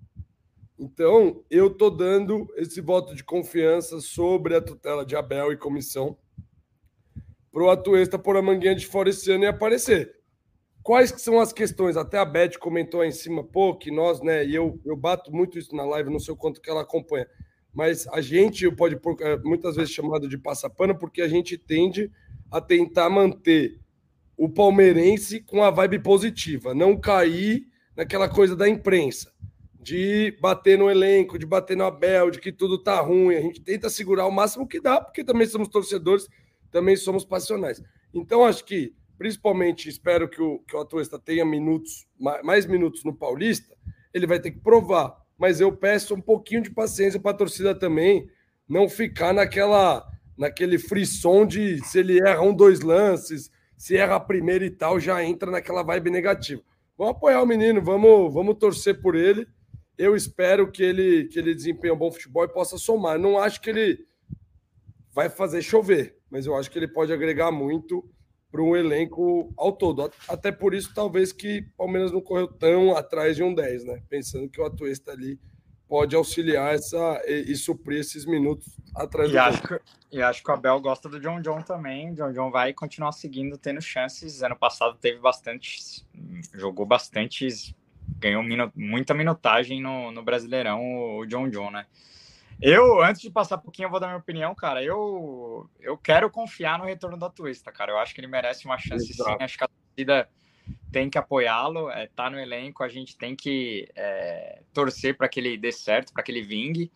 Então, eu estou dando esse voto de confiança sobre a tutela de Abel e comissão para o Atuesta pôr a manguinha de fora esse ano e aparecer. Quais que são as questões? Até a Beth comentou aí em cima, pô, que nós, né, e eu, eu bato muito isso na live, não sei o quanto que ela acompanha, mas a gente pode pôr, é, muitas vezes chamado de passapano, porque a gente tende a tentar manter o palmeirense com a vibe positiva, não cair naquela coisa da imprensa, de bater no elenco, de bater no Abel, de que tudo tá ruim. A gente tenta segurar o máximo que dá, porque também somos torcedores, também somos passionais. Então, acho que, principalmente, espero que o, que o Atuesta tenha minutos, mais minutos no Paulista, ele vai ter que provar. Mas eu peço um pouquinho de paciência para a torcida também não ficar naquela, naquele frisson de se ele erra um, dois lances, se erra a primeira e tal, já entra naquela vibe negativa. Vamos apoiar o menino, vamos, vamos torcer por ele. Eu espero que ele, que ele desempenhe um bom futebol e possa somar. Não acho que ele vai fazer chover, mas eu acho que ele pode agregar muito para um elenco ao todo. Até por isso, talvez, que o Palmeiras não correu tão atrás de um dez, né? Pensando que o Atuesta ali pode auxiliar essa, e, e suprir esses minutos atrás e do acho que, E acho que o Abel gosta do John John também. John John vai continuar seguindo, tendo chances. Ano passado teve bastante, jogou bastante, ganhou minu, muita minutagem no, no Brasileirão, o, o John John, né? Eu, antes de passar um pouquinho, eu vou dar minha opinião, cara. Eu, eu quero confiar no retorno do Atuesta, cara. Eu acho que ele merece uma chance, Exato. sim. Acho que a torcida tem que apoiá-lo, é, tá no elenco, a gente tem que é, torcer para que ele dê certo, para que ele vingue.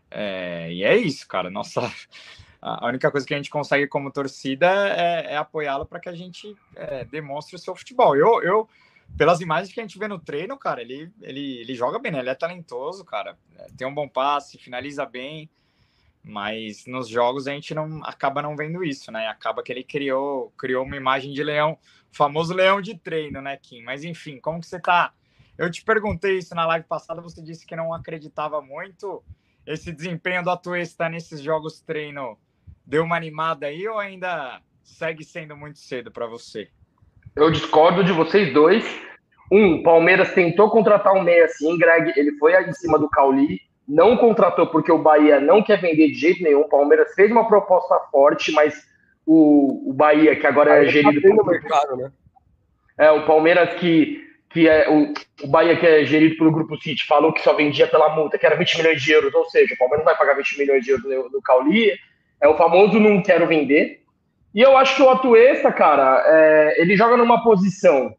É, e é isso, cara. Nossa, a única coisa que a gente consegue como torcida é, é apoiá-lo para que a gente é, demonstre o seu futebol. Eu, eu, pelas imagens que a gente vê no treino, cara, ele, ele, ele joga bem, né? Ele é talentoso, cara. Tem um bom passe, finaliza bem, mas nos jogos a gente não acaba não vendo isso, né? Acaba que ele criou, criou uma imagem de leão, famoso leão de treino, né, Kim? Mas enfim, como que você tá? Eu te perguntei isso na live passada, você disse que não acreditava muito. Esse desempenho do Atuesta nesses jogos treino deu uma animada aí ou ainda segue sendo muito cedo para você? Eu discordo de vocês dois. Um, Palmeiras tentou contratar um meia assim, Greg, ele foi em cima do Cauli, não contratou porque o Bahia não quer vender de jeito nenhum. O Palmeiras fez uma proposta forte, mas o, o Bahia, que agora é gerido pelo mercado, né? É, o Palmeiras que, que é o, o Bahia, que é gerido pelo Grupo City, falou que só vendia pela multa, que era vinte milhões de euros, ou seja, o Palmeiras não vai pagar vinte milhões de euros no, no Cauli, é o famoso não quero vender. E eu acho que o Atuesta, cara, é, ele joga numa posição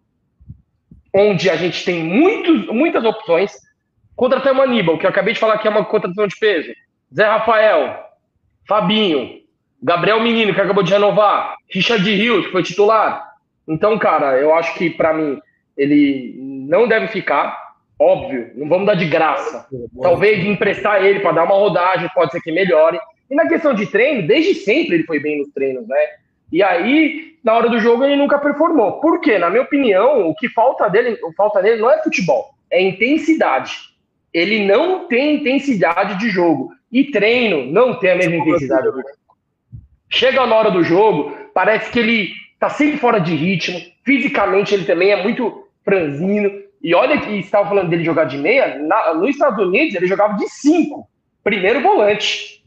onde a gente tem muitos, muitas opções. Contratamos o Aníbal, que eu acabei de falar que é uma contratação de peso. Zé Rafael, Fabinho, Gabriel Menino, que acabou de renovar, Richard Rios, que foi titular. Então, cara, eu acho que, pra mim, ele não deve ficar. Óbvio, não vamos dar de graça. Talvez emprestar ele para dar uma rodagem, pode ser que melhore. E na questão de treino, desde sempre ele foi bem nos treinos, né? E aí, na hora do jogo, ele nunca performou. Por quê? Na minha opinião, o que falta dele, o falta dele não é futebol, é intensidade. Ele não tem intensidade de jogo. E treino não tem a mesma intensidade do jogo. Chega na hora do jogo, parece que ele tá sempre fora de ritmo. Fisicamente, ele também é muito franzino. E olha que estava falando dele jogar de meia, na, nos Estados Unidos ele jogava de cinco. Primeiro volante.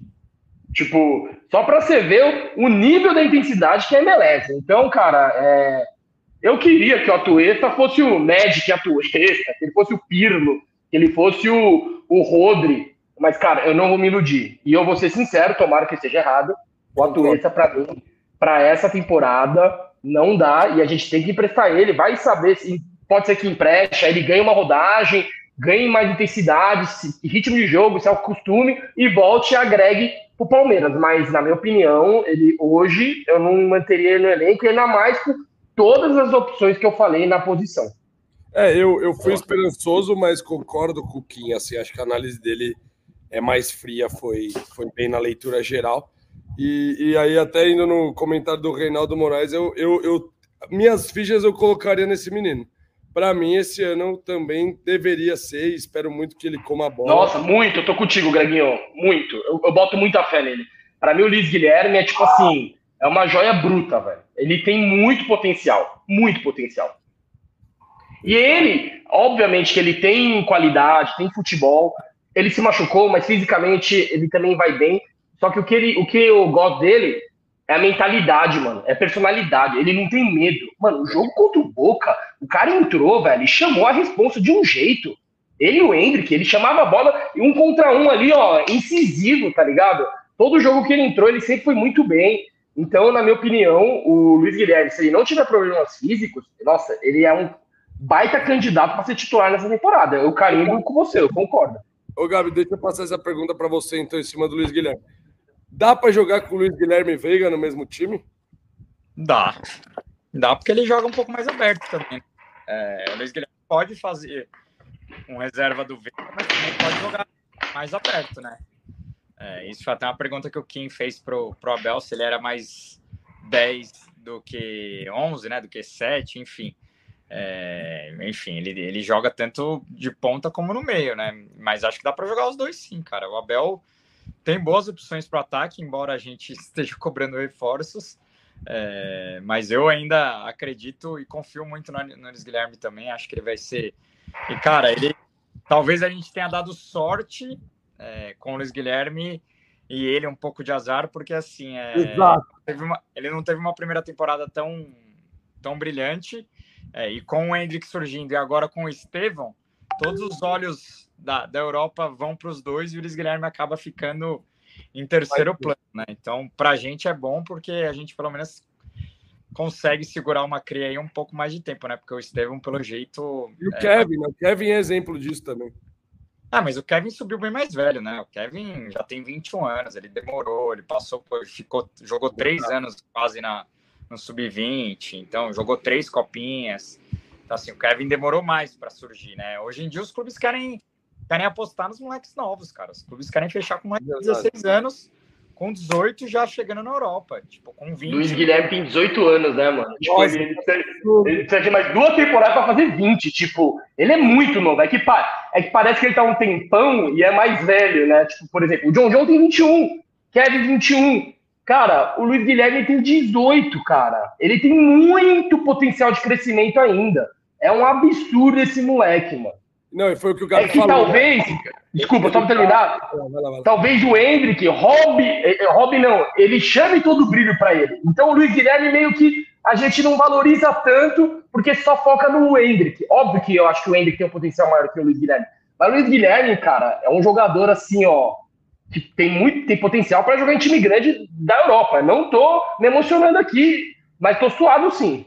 Tipo, só pra você ver o, o nível da intensidade que é a M L S. Então, cara, é, eu queria que o Atuesta fosse o Magic Atuesta, que ele fosse o Pirlo, que ele fosse o, o Rodri. Mas, cara, eu não vou me iludir. E eu vou ser sincero, tomara que esteja errado. O Atuesta, pra mim, pra essa temporada, não dá. E a gente tem que emprestar ele. Vai saber, se pode ser que empreste, aí ele ganhe uma rodagem, ganhe mais intensidade, ritmo de jogo, se acostume e volte e agregue o Palmeiras, mas na minha opinião, ele hoje eu não manteria ele no elenco, ainda mais com todas as opções que eu falei na posição. É, eu, eu fui esperançoso, mas concordo com o Kim, assim, acho que a análise dele é mais fria, foi, foi bem na leitura geral. E, e aí, até indo no comentário do Reinaldo Moraes, eu, eu, eu, minhas fichas eu colocaria nesse menino. Para mim, esse ano também deveria ser, e espero muito que ele coma a bola. Nossa, muito, eu tô contigo, Greginho, muito. Eu, eu boto muita fé nele. Para mim, o Luiz Guilherme é tipo assim, é uma joia bruta, velho. Ele tem muito potencial, muito potencial. E ele, obviamente que ele tem qualidade, tem futebol, ele se machucou, mas fisicamente ele também vai bem. Só que o que, ele, o que eu gosto dele é a mentalidade, mano. É a personalidade. Ele não tem medo. Mano, o jogo contra o Boca, o cara entrou, velho, e chamou a responsa de um jeito. Ele e o Hendrick, ele chamava a bola um contra um ali, ó, incisivo, tá ligado? Todo jogo que ele entrou, ele sempre foi muito bem. Então, na minha opinião, o Luiz Guilherme, se ele não tiver problemas físicos, nossa, ele é um baita candidato para ser titular nessa temporada. Eu carimbo com você, eu concordo. Ô, Gabi, deixa eu passar essa pergunta para você, então, em cima do Luiz Guilherme. Dá para jogar com o Luiz Guilherme e Veiga no mesmo time? Dá. Dá porque ele joga um pouco mais aberto também. É, o Luiz Guilherme pode fazer um reserva do Veiga, mas também pode jogar mais aberto, né? É, isso foi até uma pergunta que o Kim fez pro, pro Abel, se ele era mais dez do que onze, né? Do que sete, enfim. É, enfim, ele, ele joga tanto de ponta como no meio, né? Mas acho que dá para jogar os dois sim, cara. O Abel tem boas opções para o ataque, embora a gente esteja cobrando reforços. É, mas eu ainda acredito e confio muito no, no Luiz Guilherme também. Acho que ele vai ser. E, cara, ele talvez a gente tenha dado sorte é, com o Luiz Guilherme e ele um pouco de azar, porque assim, é, Exato. teve uma, ele não teve uma primeira temporada tão, tão brilhante. É, e com o Endrick surgindo e agora com o Estevão, todos os olhos da, da Europa vão para os dois e o Luiz Guilherme acaba ficando em terceiro plano, né? Então, para a gente é bom porque a gente pelo menos consegue segurar uma cria aí um pouco mais de tempo, né? Porque o Estevão, pelo jeito... E o é... Kevin, né? O Kevin é exemplo disso também. Ah, mas o Kevin subiu bem mais velho, né? O Kevin já tem vinte e um anos, ele demorou, ele passou, por, ficou, jogou três anos quase na, no sub vinte, então jogou três copinhas. Então, assim, o Kevin demorou mais para surgir, né? Hoje em dia os clubes querem, querem apostar nos moleques novos, cara. Os clubes querem fechar com mais de dezesseis anos, com dezoito já chegando na Europa, tipo, com vinte. Luiz Guilherme tem dezoito anos, né, mano? Tipo, ele, ele, precisa, ele precisa de mais duas temporadas pra fazer vinte, tipo, ele é muito novo, é que, é que parece que ele tá um tempão e é mais velho, né? Tipo, por exemplo, o John John tem vinte e um, Kevin vinte e um, cara, o Luiz Guilherme tem dezoito, cara, ele tem muito potencial de crescimento ainda, é um absurdo esse moleque, mano. Não, e foi o que o Gabi falou. É que falou, talvez, né? desculpa, só pra terminar, talvez o Endrick roube, roube não, ele chame todo o brilho pra ele. Então o Luiz Guilherme meio que a gente não valoriza tanto porque só foca no Endrick. Óbvio que eu acho que o Endrick tem um potencial maior que o Luiz Guilherme. Mas o Luiz Guilherme, cara, é um jogador assim, ó, que tem muito, tem potencial pra jogar em time grande da Europa. Não tô me emocionando aqui, mas tô suado sim.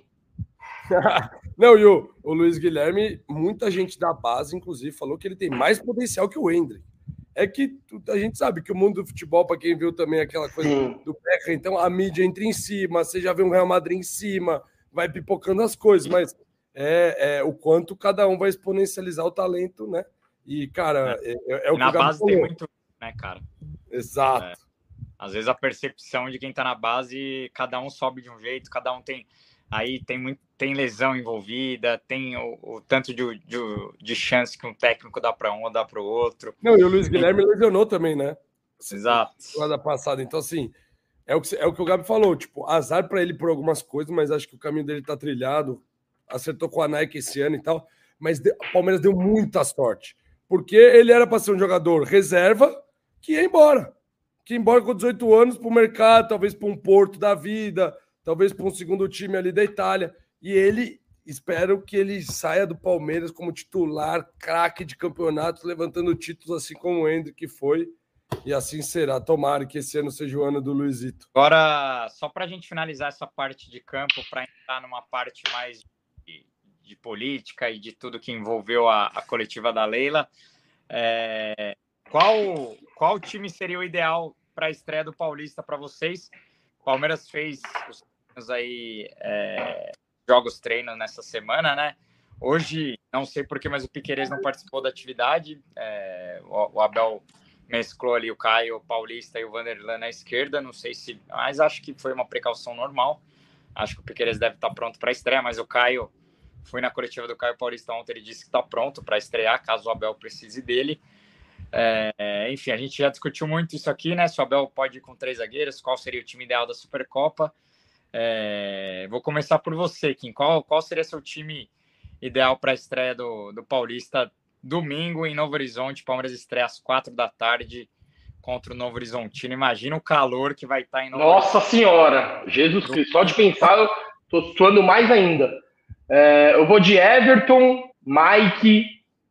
Não, e o, o Luiz Guilherme, muita gente da base, inclusive, falou que ele tem mais potencial que o Endrick. É que a gente sabe que o mundo do futebol, para quem viu também aquela coisa Sim. do Beckham, então a mídia entra em cima, você já vê um Real Madrid em cima, vai pipocando as coisas, mas é, é o quanto cada um vai exponencializar o talento, né? E, cara, é, é, é o que na o Gabi base falou. Tem muito, né, cara? Exato. É. Às vezes a percepção de quem tá na base, cada um sobe de um jeito, cada um tem... Aí tem, muito, tem lesão envolvida, tem o, o tanto de, de, de chance que um técnico dá para um ou dá para o outro. Não, e o Luiz Guilherme tem... lesionou também, né? Exato. Semana passada. Então, assim, é o que, é o, que o Gabi falou. Tipo, azar para ele por algumas coisas, mas acho que o caminho dele tá trilhado. Acertou com a Nike esse ano e tal. Mas o Palmeiras deu muita sorte. Porque ele era para ser um jogador reserva que ia embora. Que ia embora com dezoito anos para o mercado, talvez para um Porto da vida... talvez para um segundo time ali da Itália, e ele, espero que ele saia do Palmeiras como titular, craque de campeonatos, levantando títulos, assim como o Endrick foi, e assim será. Tomara que esse ano seja o ano do Luizito. Agora, só para a gente finalizar essa parte de campo, para entrar numa parte mais de, de política e de tudo que envolveu a, a coletiva da Leila, é, qual, qual time seria o ideal para a estreia do Paulista para vocês? O Palmeiras fez os aí é, jogos treino nessa semana, né? Hoje, não sei porquê, mas o Piquerez não participou da atividade. É, o, o Abel mesclou ali o Caio, o Paulista e o Vanderlan na esquerda. Não sei se... Mas acho que foi uma precaução normal. Acho que o Piquerez deve estar pronto para estrear, mas o Caio... Fui na coletiva do Caio Paulista ontem, ele disse que está pronto para estrear, caso o Abel precise dele. É, enfim, a gente já discutiu muito isso aqui, né? Se o Abel pode ir com três zagueiros, qual seria o time ideal da Supercopa? É, vou começar por você, Kim. Qual, qual seria seu time ideal para a estreia do, do Paulista domingo em Novo Horizonte? Palmeiras estreia às quatro da tarde contra o Novo Horizontino. Imagina o calor que vai estar em Novo Nossa Horizonte. Senhora! Jesus Cristo! Só de pensar, eu tô suando mais ainda. É, eu vou de Everton, Mike,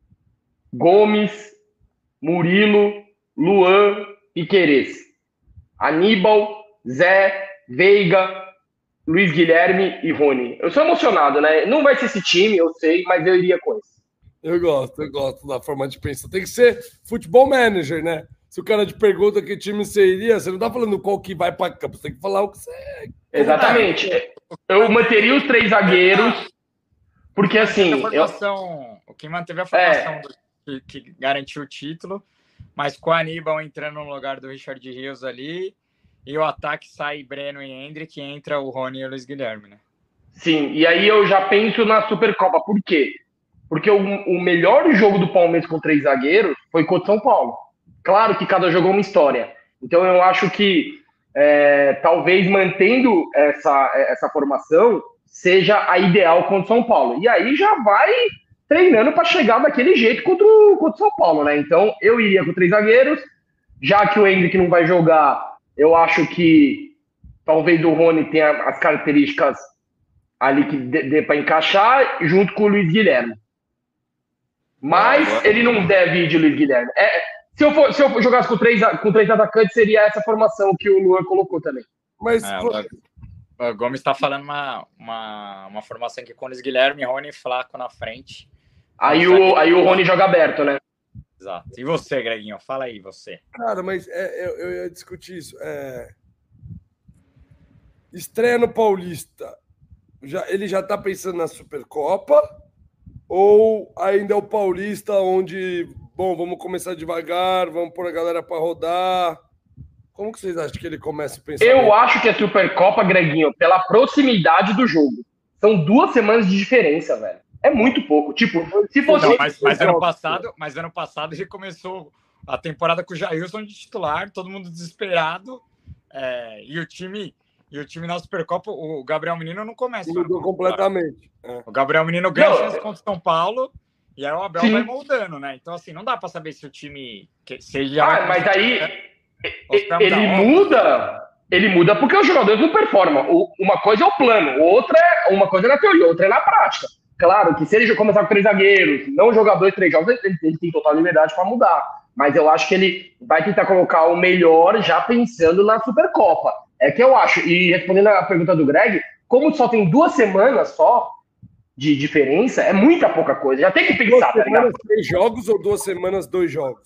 Gomes, Murilo, Luan e Querez. Aníbal, Zé, Veiga, Luiz Guilherme e Rony. Eu sou emocionado, né? Não vai ser esse time, eu sei, mas eu iria com esse. Eu gosto, eu gosto da forma de pensar. Tem que ser futebol manager, né? Se o cara te pergunta que time você iria, você não tá falando qual que vai para campo, você tem que falar o que você... Exatamente. Eu manteria os três zagueiros, porque assim... Formação, eu... O que manteve a formação é... do... que, que garantiu o título, mas com o Aníbal entrando no lugar do Richard Rios ali... E o ataque sai Breno e Endrick, entra o Rony e o Luiz Guilherme, né? Sim, e aí eu já penso na Supercopa. Por quê? Porque o, o melhor jogo do Palmeiras com três zagueiros foi contra o São Paulo. Claro que cada jogo é uma história. Então eu acho que é, talvez mantendo essa, essa formação seja a ideal contra o São Paulo. E aí já vai treinando para chegar daquele jeito contra o, contra o São Paulo, né? Então eu iria com três zagueiros, já que o Endrick não vai jogar, eu acho que talvez o Rony tenha as características ali que dê, dê para encaixar, junto com o Luiz Guilherme. Mas ele não deve ir de Luiz Guilherme. É, se, eu for, se eu jogasse com três, com três atacantes, seria essa formação que o Luan colocou também. Mas é, o, o Gomes está falando uma, uma, uma formação aqui com o Luiz Guilherme, Rony e Flaco na frente. Aí o, aí o Rony joga aberto, né? Exato. E você, Greginho? Fala aí, você. Cara, mas é, eu, eu ia discutir isso. É... Estreia no Paulista. Já, ele já tá pensando na Supercopa? Ou ainda é o Paulista, onde, bom, vamos começar devagar, vamos pôr a galera para rodar? Como que vocês acham que ele começa a pensar? Eu acho que a Supercopa, Greginho, pela proximidade do jogo. São duas semanas de diferença, velho. É muito pouco. Tipo, se fosse... Não, mas, mas, ano passado, mas ano passado ele começou a temporada com o Jailson de titular, todo mundo desesperado, é, e o time... E o time na Supercopa, o Gabriel Menino não começa. Mudou completamente. É. O Gabriel Menino ganha não, chance contra o São Paulo e aí o Abel sim. vai moldando, né? Então, assim, não dá para saber se o time... Se ele já ah, mas aí ele muda... Ele muda porque os jogadores não performam. Uma coisa é o plano, outra é, uma coisa é na teoria, outra é na prática. Claro que se ele começar com três zagueiros, não jogar dois, três jogos, ele, ele tem total liberdade para mudar. Mas eu acho que ele vai tentar colocar o melhor já pensando na Supercopa. É que eu acho, e respondendo a pergunta do Greg, como só tem duas semanas só de diferença, é muita pouca coisa. Já tem que pensar, duas semanas, tá três jogos ou duas semanas, dois jogos?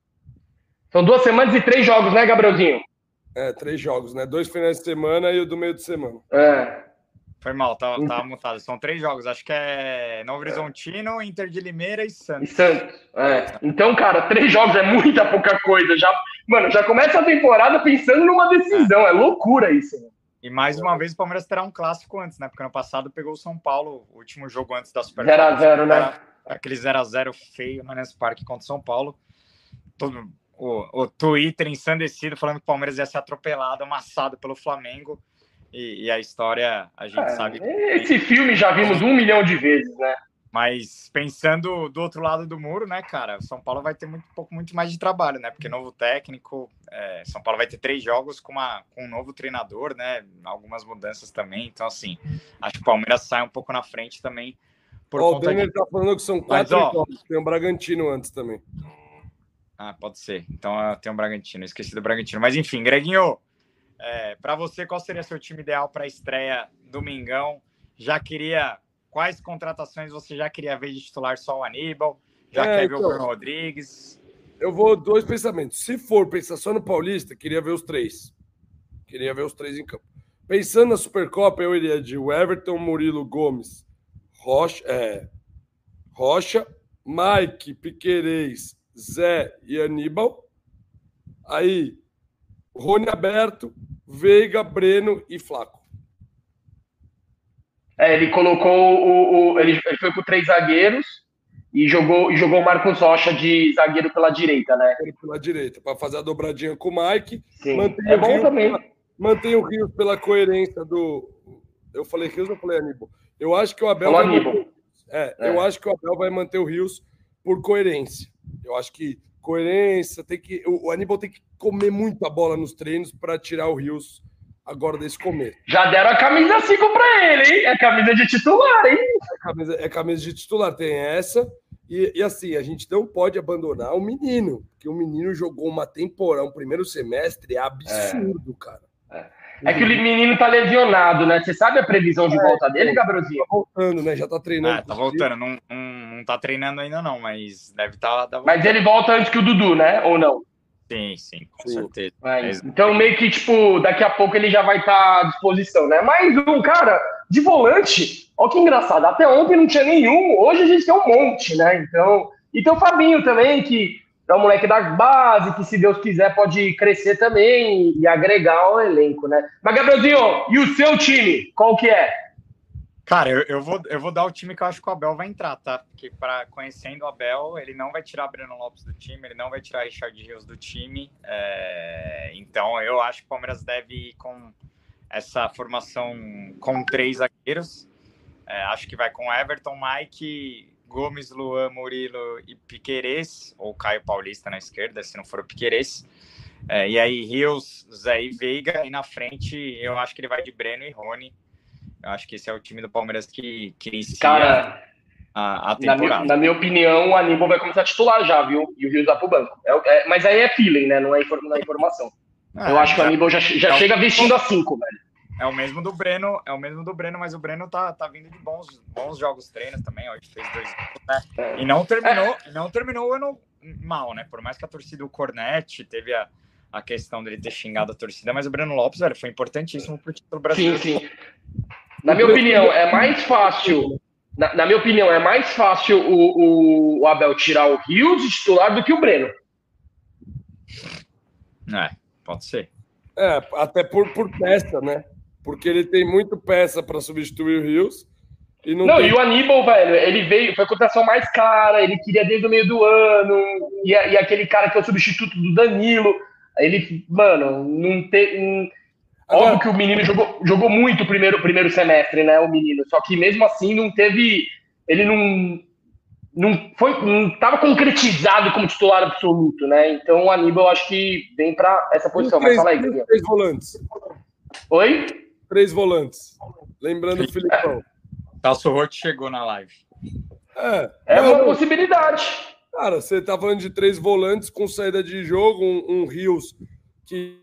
São duas semanas e três jogos, né, Gabrielzinho? É, três jogos, né? Dois finais de semana e o do meio de semana. É. Foi mal, tava, tava mutado. São três jogos. Acho que é Novo Horizontino, Inter de Limeira e Santos. E Santos, é. Então, cara, três jogos é muita pouca coisa. Já, mano, já começa a temporada pensando numa decisão. É, é loucura isso. Né? E mais uma vez o Palmeiras terá um clássico antes, né? Porque ano passado pegou o São Paulo, o último jogo antes da Supercopa. zero a zero, né? Aquele zero a zero feio no Allianz Parque contra o São Paulo. Todo, o, o Twitter ensandecido falando que o Palmeiras ia ser atropelado, amassado pelo Flamengo. E, e a história, a gente é, sabe... Esse filme já vimos um milhão de vezes, né? Mas pensando do outro lado do muro, né, cara? São Paulo vai ter muito, um pouco muito mais de trabalho, né? Porque novo técnico, é, São Paulo vai ter três jogos com, uma, com um novo treinador, né? Algumas mudanças também. Então, assim, acho que o Palmeiras sai um pouco na frente também. Por oh, conta o Denner de... tá falando que são quatro Mas, ó, jogos. Tem um Bragantino antes também. Ah, pode ser. Então tem um Bragantino. Esqueci do Bragantino. Mas, enfim, Greginho... É, para você, qual seria seu time ideal para a estreia domingão? Já queria... Quais contratações você já queria ver de titular só o Aníbal? Já é, quer então, ver o Bruno Rodrigues? Eu vou dois pensamentos. Se for pensar só no Paulista, queria ver os três. Queria ver os três em campo. Pensando na Supercopa, eu iria de Everton, Murilo, Gomes, Rocha, é, Rocha, Mike, Piquerez, Zé e Aníbal. Aí... Rony aberto, Veiga, Breno e Flaco. É, ele colocou o, o ele, ele foi com três zagueiros e jogou e jogou o Marcos Rocha de zagueiro pela direita, né? Pela direita, para fazer a dobradinha com o Mike. Sim, é bom Rios, também. Mantém o Rios pela coerência do. Eu falei Rios, eu falei Aníbal. Eu acho que o Abel vai manter... é, é, eu acho que o Abel vai manter o Rios por coerência. Eu acho que coerência, tem que o Aníbal tem que comer muita bola nos treinos para tirar o Rios agora desse começo. Já deram a camisa cinco para ele, hein? É camisa de titular, hein? É camisa, é camisa de titular, tem essa. E, e assim, a gente não pode abandonar o menino, porque o menino jogou uma temporada, um primeiro semestre absurdo, é. cara. É. É que o menino tá lesionado, né? Você sabe a previsão de volta é, dele, Gabrielzinho? Tá voltando, né? Já tá treinando. É, tá voltando. Não, não, não tá treinando ainda não, mas deve estar... Tá, tá mas ele volta antes que o Dudu, né? Ou não? Sim, sim, com sim. certeza. É, então meio que, tipo, daqui a pouco ele já vai estar tá à disposição, né? Mais um, cara, de volante. Olha que engraçado. Até ontem não tinha nenhum. Hoje a gente tem um monte, né? Então... E tem o Fabinho também, que... é um moleque da base, que se Deus quiser pode crescer também e agregar ao elenco, né? Mas, Gabrielzinho, e o seu time, qual que é? Cara, eu, eu, vou, eu vou dar o time que eu acho que o Abel vai entrar, tá? Porque para conhecendo o Abel, ele não vai tirar Breno Lopes do time, ele não vai tirar Richard Rios do time. É... Então, eu acho que o Palmeiras deve ir com essa formação com três zagueiros. É, acho que vai com Everton, Mike, Gomes, Luan, Murilo e Piquerez, ou Caio Paulista na esquerda, se não for o Piquerez. É, e aí, Rios, Zé e Veiga. E na frente, eu acho que ele vai de Breno e Rony. Eu acho que esse é o time do Palmeiras que, que inicia Cara, a, a na, minha, temporada. na minha opinião, o Aníbal vai começar a titular já, viu? E o Rios vai pro banco. É, é, mas aí é feeling, né? Não é, inform, não é informação. Ah, eu acho que o é, Aníbal já, já é, chega vestindo a cinco, velho. É o mesmo do Breno, é o mesmo do Breno, mas o Breno tá, tá vindo de bons, bons jogos treinos também. Hoje fez dois gols, né? É. E não terminou, é. não terminou o ano mal, né? Por mais que a torcida o Cornete teve a, a questão dele ter xingado a torcida, mas o Breno Lopes, velho, foi importantíssimo pro título brasileiro. Sim, sim. Na minha opinião, é mais fácil. Na, na minha opinião, é mais fácil o, o, o Abel tirar o Rios de titular do que o Breno. É, pode ser. É, até por, por peça, né? Porque ele tem muito peça para substituir o Rios. E não, não tem... e o Aníbal, velho, ele veio, foi a contratação mais cara, ele queria desde o meio do ano, e, e aquele cara que é o substituto do Danilo, ele, mano, não tem. Óbvio Agora... que o menino jogou, jogou muito o primeiro, primeiro semestre, né? O menino, só que mesmo assim não teve. Ele não. Não foi, não estava concretizado como titular absoluto, né? Então o Aníbal, eu acho que vem para essa posição. Três, mas fala aí, Gabriel. Três volantes. Oi? Três volantes. Lembrando o Filipão. Tasso Rotti chegou na live. É, é não, uma possibilidade. Cara, você tá falando de três volantes com saída de jogo, um, um Rios que,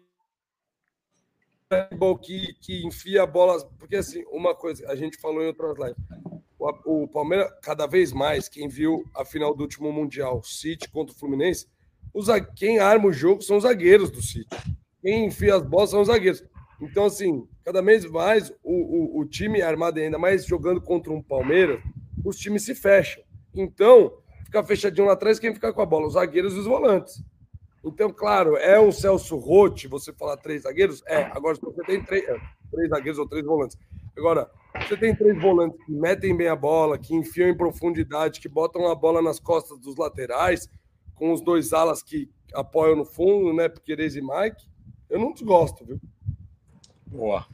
que, que enfia a bola. Porque, assim, uma coisa, a gente falou em outras lives. O, o Palmeiras, cada vez mais, quem viu a final do último Mundial, City contra o Fluminense, os, quem arma o jogo são os zagueiros do City. Quem enfia as bolas são os zagueiros. Então, assim, cada vez mais o, o, o time armado, ainda mais jogando contra um Palmeiras, os times se fecham. Então, fica fechadinho lá atrás, quem fica com a bola? Os zagueiros e os volantes. Então, claro, é um Celso Rotti você falar três zagueiros? É. Agora, se você tem três, é, três zagueiros ou três volantes. Agora, você tem três volantes que metem bem a bola, que enfiam em profundidade, que botam a bola nas costas dos laterais, com os dois alas que apoiam no fundo, né? Piquerez e Mike. Eu não desgosto, viu? Boa.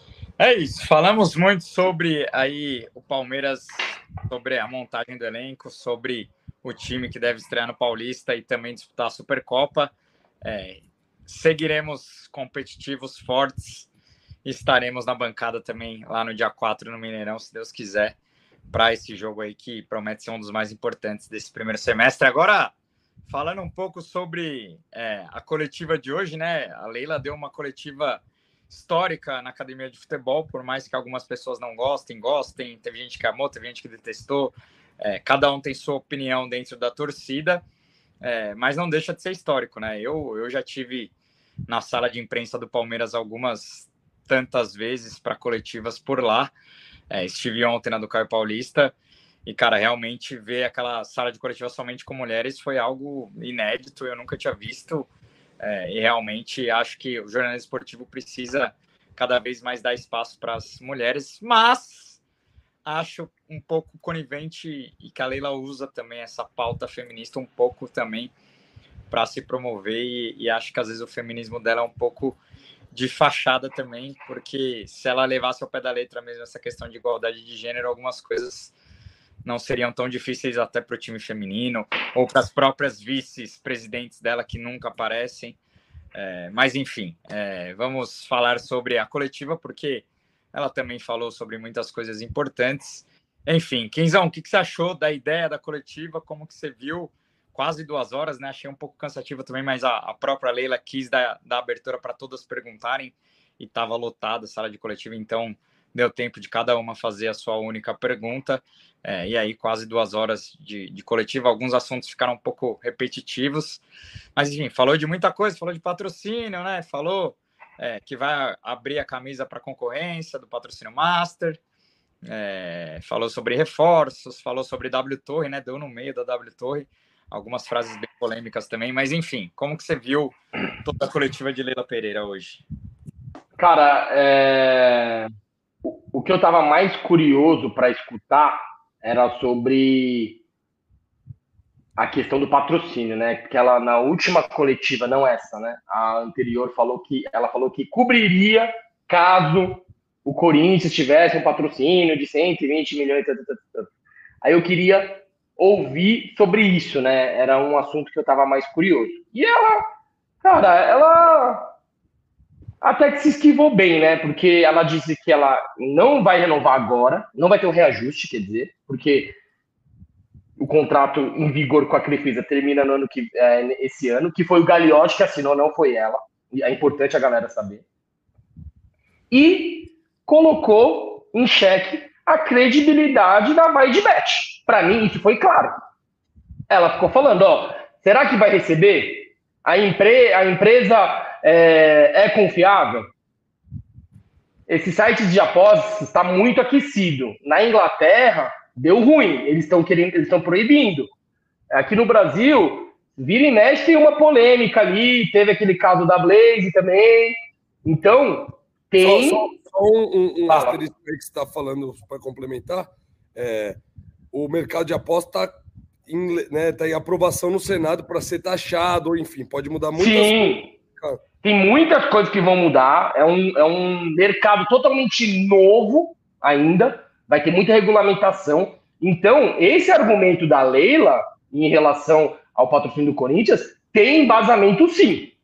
É isso. Falamos muito sobre aí o Palmeiras, sobre a montagem do elenco, sobre o time que deve estrear no Paulista e também disputar a Supercopa. É, seguiremos competitivos, fortes. Estaremos na bancada também lá no dia quatro no Mineirão, se Deus quiser, para esse jogo aí que promete ser um dos mais importantes desse primeiro semestre. Agora, falando um pouco sobre é, a coletiva de hoje, né? A Leila deu uma coletiva histórica na academia de futebol, por mais que algumas pessoas não gostem, gostem, teve gente que amou, teve gente que detestou, é, cada um tem sua opinião dentro da torcida, é, mas não deixa de ser histórico, né? Eu, eu já tive na sala de imprensa do Palmeiras algumas tantas vezes para coletivas por lá. É, estive ontem na do Caio Paulista e, cara, realmente ver aquela sala de coletiva somente com mulheres foi algo inédito, eu nunca tinha visto. É, e realmente acho que o jornalismo esportivo precisa cada vez mais dar espaço para as mulheres, mas acho um pouco conivente e que a Leila usa também essa pauta feminista um pouco também para se promover e, e acho que às vezes o feminismo dela é um pouco de fachada também, porque se ela levasse ao pé da letra mesmo essa questão de igualdade de gênero, algumas coisas não seriam tão difíceis até para o time feminino ou para as próprias vice-presidentes dela que nunca aparecem. É, mas, enfim, é, vamos falar sobre a coletiva, porque ela também falou sobre muitas coisas importantes. Enfim, Quinzão, o que, que você achou da ideia da coletiva? Como que você viu? Quase duas horas, né? Achei um pouco cansativo também, mas a, a própria Leila quis dar, dar abertura para todas perguntarem e estava lotada a sala de coletiva, então deu tempo de cada uma fazer a sua única pergunta. É, e aí, quase duas horas de, de coletiva. Alguns assuntos ficaram um pouco repetitivos, mas enfim, falou de muita coisa, falou de patrocínio, né? Falou é, que vai abrir a camisa para concorrência do patrocínio Master. É, falou sobre reforços, falou sobre W Torre, né? Deu no meio da W Torre. Algumas frases bem polêmicas também, mas enfim, como que você viu toda a coletiva de Leila Pereira hoje? Cara, é... o, o que eu estava mais curioso para escutar era sobre a questão do patrocínio, né? Porque ela, na última coletiva, não essa, né? A anterior falou que ela falou que cobriria caso o Corinthians tivesse um patrocínio de cento e vinte milhões. Aí eu queria ouvir sobre isso, né? Era um assunto que eu estava mais curioso. E ela, cara, ela até que se esquivou bem, né? Porque ela disse que ela não vai renovar agora, não vai ter o reajuste, quer dizer, porque o contrato em vigor com a Crefisa termina no ano que, é, esse ano, que foi o Gagliotti que assinou, não foi ela. É importante a galera saber. E colocou em xeque a credibilidade da VaiDebet. Para mim, isso foi claro. Ela ficou falando, ó, será que vai receber? A, empre a empresa é, é confiável? Esse site de apostas está muito aquecido. Na Inglaterra, deu ruim. Eles estão querendo, eles estão proibindo. Aqui no Brasil, vira e mexe tem uma polêmica ali. Teve aquele caso da Blaze também. Então, tem... Só, só, só um, um asterisco aí que você está falando para complementar. É, o mercado de aposta está em, né, tá em aprovação no Senado para ser taxado, ou enfim, pode mudar muitas Sim, coisas. Tem muitas coisas que vão mudar. É um, é um mercado totalmente novo ainda. Vai ter muita regulamentação. Então, esse argumento da Leila em relação ao patrocínio do Corinthians tem embasamento sim.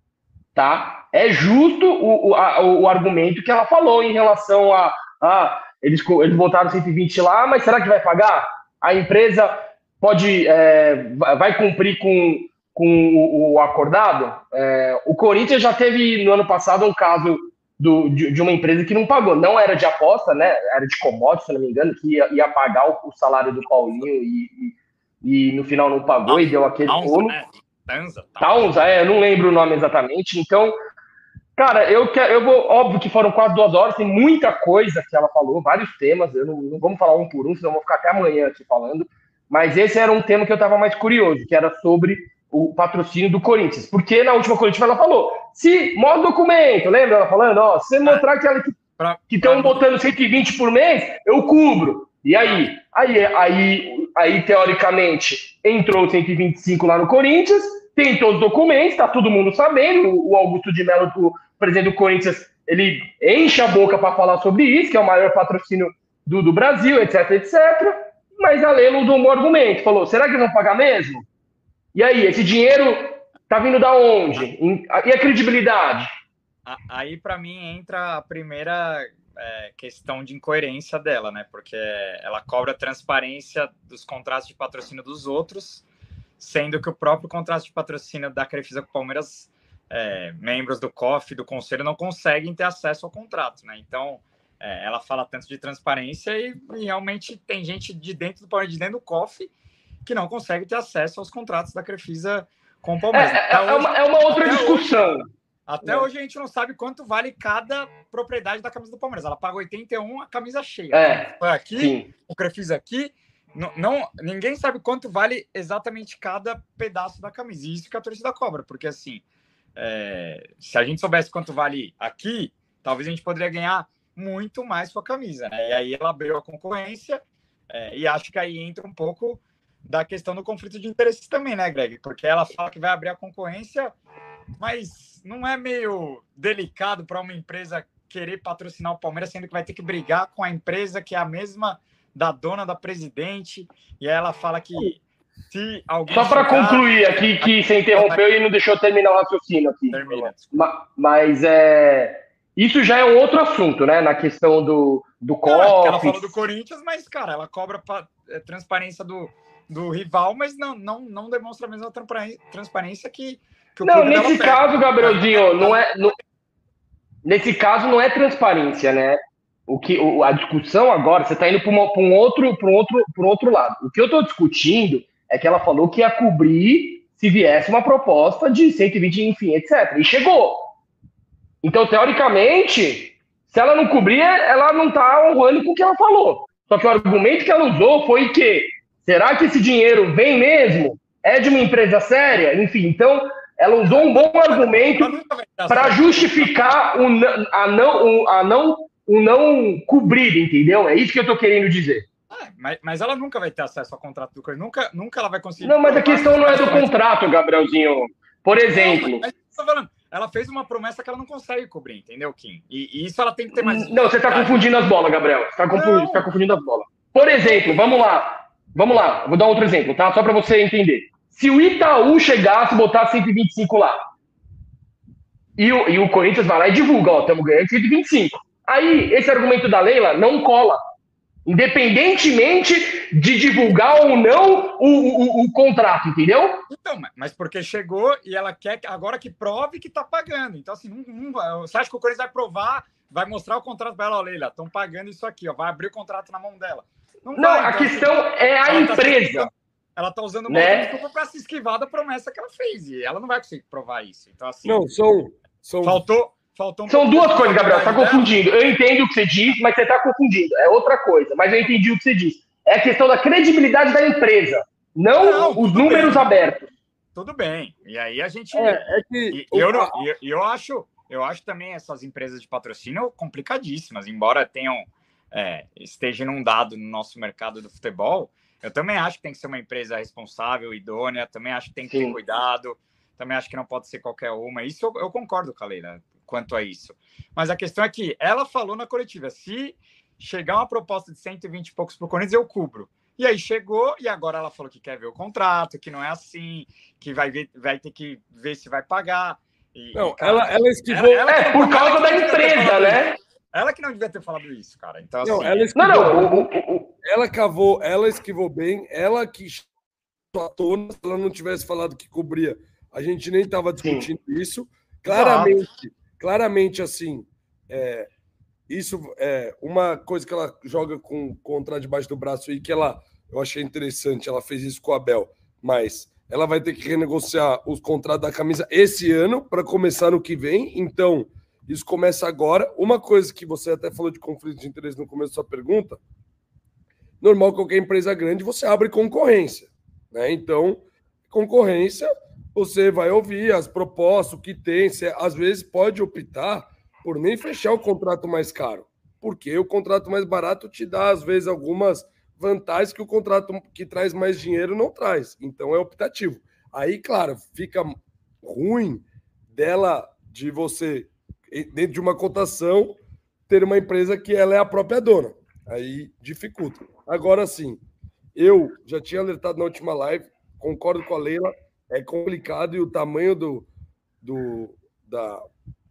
Tá? É justo o, o, a, o argumento que ela falou em relação a... a eles, eles botaram cento e vinte lá, mas será que vai pagar? A empresa pode, é, vai cumprir com, com o, o acordado? É, o Corinthians já teve no ano passado um caso do, de, de uma empresa que não pagou. Não era de aposta, né? Era de commodity, se não me engano, que ia, ia pagar o, o salário do Paulinho e, e, e no final não pagou e deu aquele rolo. Tanza, Taunza, é, eu não lembro o nome exatamente. Então, cara, eu, quero, eu vou... Óbvio que foram quase duas horas, tem muita coisa que ela falou, vários temas. Eu não, não vamos falar um por um, senão eu vou ficar até amanhã aqui falando. Mas esse era um tema que eu estava mais curioso, que era sobre o patrocínio do Corinthians. Porque na última coletiva ela falou, se mostra o documento, lembra ela falando? Ó, se você mostrar que ela que estão botando cento e vinte por mês, eu cubro. E aí? Aí, aí, aí teoricamente, entrou cento e vinte e cinco lá no Corinthians, tem todos os documentos, tá todo mundo sabendo. O Augusto de Mello, o presidente do Corinthians, ele enche a boca para falar sobre isso, que é o maior patrocínio do, do Brasil, etc, etcétera. Mas a Leila usou um bom argumento, falou, será que eles vão pagar mesmo? E aí, esse dinheiro tá vindo da onde? E a credibilidade? Aí, para mim, entra a primeira é, questão de incoerência dela, né? Porque ela cobra a transparência dos contratos de patrocínio dos outros, sendo que o próprio contrato de patrocínio da Crefisa com o Palmeiras, é, membros do C O F, do Conselho, não conseguem ter acesso ao contrato, né? Então, é, ela fala tanto de transparência e, e realmente tem gente de dentro do Palmeiras, de dentro do C O F, que não consegue ter acesso aos contratos da Crefisa com o Palmeiras. É, é, hoje, é, uma, é uma outra discussão. Hoje, até é. hoje a gente não sabe quanto vale cada propriedade da camisa do Palmeiras. Ela paga oitenta e um a camisa cheia. É, Foi aqui, sim. O Crefisa aqui. Não, não, ninguém sabe quanto vale exatamente cada pedaço da camisa. E isso que a torcida cobra, porque assim, é, se a gente soubesse quanto vale aqui, talvez a gente poderia ganhar muito mais com a camisa, né? E aí ela abriu a concorrência, é, e acho que aí entra um pouco da questão do conflito de interesses também, né, Greg? Porque ela fala que vai abrir a concorrência, mas não é meio delicado para uma empresa querer patrocinar o Palmeiras, sendo que vai ter que brigar com a empresa que é a mesma da dona da presidente, e aí ela fala que se alguém... Só para chegar... concluir aqui, que você interrompeu e não deixou terminar o raciocínio aqui. Termina. Mas é... isso já é um outro assunto, né? Na questão do, do C O F. Não, ela falou do Corinthians, mas, cara, ela cobra pra, é, transparência do, do rival, mas não, não, não demonstra a mesma transparência que, que o Não, nesse caso, Gabrielzinho, não é... Não... Nesse caso, não é transparência, né? O que, o, a discussão agora, você está indo para um outro, para um outro, para um outro lado. O que eu estou discutindo é que ela falou que ia cobrir se viesse uma proposta de cento e vinte, enfim, etcétera. E chegou. Então, teoricamente, se ela não cobrir, ela não está honrando com o que ela falou. Só que o argumento que ela usou foi que, será que esse dinheiro vem mesmo? É de uma empresa séria? Enfim, então, ela usou um bom argumento para justificar o, a não... A não um não cobrir, entendeu? É isso que eu tô querendo dizer. Ah, mas, mas ela nunca vai ter acesso ao contrato do Corinthians, nunca, nunca ela vai conseguir. Não, mas a questão não é do contrato, Gabrielzinho. Por exemplo. Não, mas, mas falando, ela fez uma promessa que ela não consegue cobrir, entendeu, Kim? E, e isso ela tem que ter mais. Não, você tá confundindo as bolas, Gabriel. Você tá confundindo, tá confundindo as bolas. Por exemplo, vamos lá. Vamos lá, vou dar outro exemplo, tá? Só para você entender. Se o Itaú chegasse e botar cento e vinte e cinco lá, e o, e o Corinthians vai lá e divulga, ó, estamos ganhando cento e vinte e cinco. Aí, esse argumento da Leila não cola. Independentemente de divulgar ou não o, o, o contrato, entendeu? Então, mas porque chegou e ela quer agora que prove que tá pagando. Então, assim, não, não, você acha que o Corinthians vai provar, vai mostrar o contrato para ela, ó, Leila, estão pagando isso aqui, ó, vai abrir o contrato na mão dela. Não, não vai, a então, questão assim, é a empresa. Tá ela tá usando uma né? desculpa para se esquivar da promessa que ela fez, e ela não vai conseguir provar isso. Então, assim... Não, são... são... Faltou... Faltou um São duas coisas, Gabriel. Você tá confundindo. Eu entendo o que você diz, mas você tá confundindo. É outra coisa. Mas eu entendi o que você diz. É a questão da credibilidade da empresa, não, não os números bem. abertos. Tudo bem. E aí a gente. É, é que... e, eu, não, eu, eu, acho, eu acho também essas empresas de patrocínio complicadíssimas, embora tenham é, esteja inundado no nosso mercado do futebol. Eu também acho que tem que ser uma empresa responsável, idônea. Também acho que tem que Sim. ter cuidado. Também acho que não pode ser qualquer uma. Isso eu, eu concordo com a Leila quanto a isso. Mas a questão é que ela falou na coletiva, se chegar uma proposta de cento e vinte e poucos para o Corinthians, eu cubro. E aí chegou, e agora ela falou que quer ver o contrato, que não é assim, que vai, ver, vai ter que ver se vai pagar. E, não, e, cara, ela, ela esquivou... Ela, ela, é, por causa da empresa, né? Isso. Ela que não devia ter falado isso, cara. Então, não, assim... ela esquivou, não, não. Ela cavou, ela esquivou bem, ela que à tona, se ela não tivesse falado que cobria, a gente nem estava discutindo Sim. isso. Claramente... Exato. Claramente, assim, é, isso é uma coisa que ela joga com o contrato debaixo do braço e que ela, eu achei interessante, ela fez isso com a Abel, mas ela vai ter que renegociar os contratos da camisa esse ano para começar no que vem, então isso começa agora. Uma coisa que você até falou de conflito de interesse no começo da sua pergunta, normal, qualquer empresa grande, você abre concorrência, né? Então, concorrência... Você vai ouvir as propostas, o que tem. Você, às vezes, pode optar por nem fechar o contrato mais caro, porque o contrato mais barato te dá, às vezes, algumas vantagens que o contrato que traz mais dinheiro não traz. Então, é optativo. Aí, claro, fica ruim dela, de você, dentro de uma cotação, ter uma empresa que ela é a própria dona. Aí, dificulta. Agora, sim, eu já tinha alertado na última live, concordo com a Leila, é complicado e o tamanho do, do, da,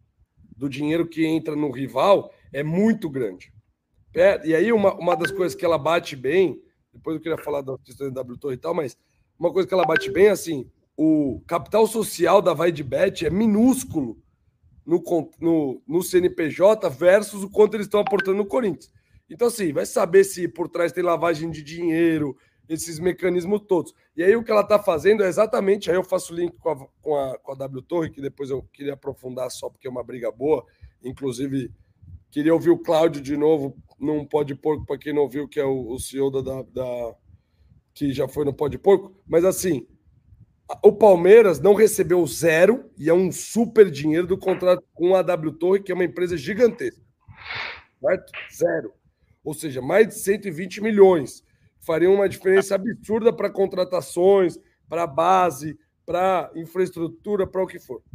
do dinheiro que entra no rival é muito grande. É, e aí, uma, uma das coisas que ela bate bem, depois eu queria falar da questão da W Torre e tal, mas uma coisa que ela bate bem é assim: o capital social da VaideBet é minúsculo no, no, no C N P J versus o quanto eles estão aportando no Corinthians. Então, assim, vai saber se por trás tem lavagem de dinheiro, esses mecanismos todos. E aí o que ela está fazendo é exatamente, aí eu faço link com a, com, a, com a W Torre, que depois eu queria aprofundar só porque é uma briga boa, inclusive queria ouvir o Cláudio de novo, num Pode Porco, para quem não ouviu, que é o, o C E O da, da, da que já foi no Pode Porco, mas assim, o Palmeiras não recebeu zero, e é um super dinheiro do contrato com a W Torre, que é uma empresa gigantesca, certo? Zero. Ou seja, mais de cento e vinte milhões. Faria uma diferença absurda para contratações, para base, para infraestrutura, para o que for.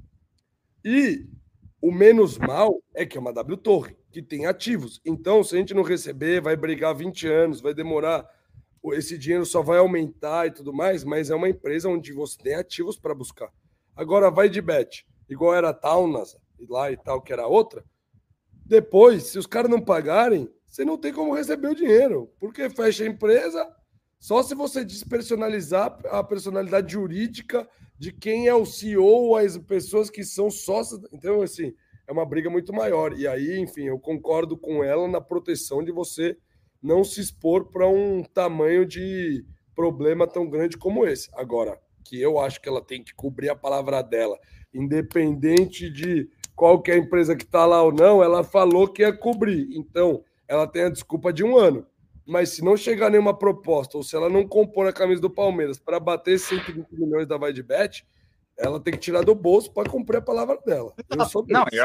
E o menos mal é que é uma W Torre, que tem ativos. Então, se a gente não receber, vai brigar vinte anos, vai demorar, esse dinheiro só vai aumentar e tudo mais, mas é uma empresa onde você tem ativos para buscar. Agora, vai de bet, igual era a Taunas, lá e tal, que era outra. Depois, se os caras não pagarem, você não tem como receber o dinheiro, porque fecha a empresa só se você despersonalizar a personalidade jurídica de quem é o C E O ou as pessoas que são sócios. Então, assim, é uma briga muito maior. E aí, enfim, eu concordo com ela na proteção de você não se expor para um tamanho de problema tão grande como esse. Agora, que eu acho que ela tem que cobrir a palavra dela, independente de qual que é a empresa que está lá ou não, ela falou que ia cobrir. Então, ela tem a desculpa de um ano. Mas se não chegar nenhuma proposta, ou se ela não compor a camisa do Palmeiras para bater cento e vinte milhões da VaideBet, ela tem que tirar do bolso para cumprir a palavra dela. Eu sou não, eu,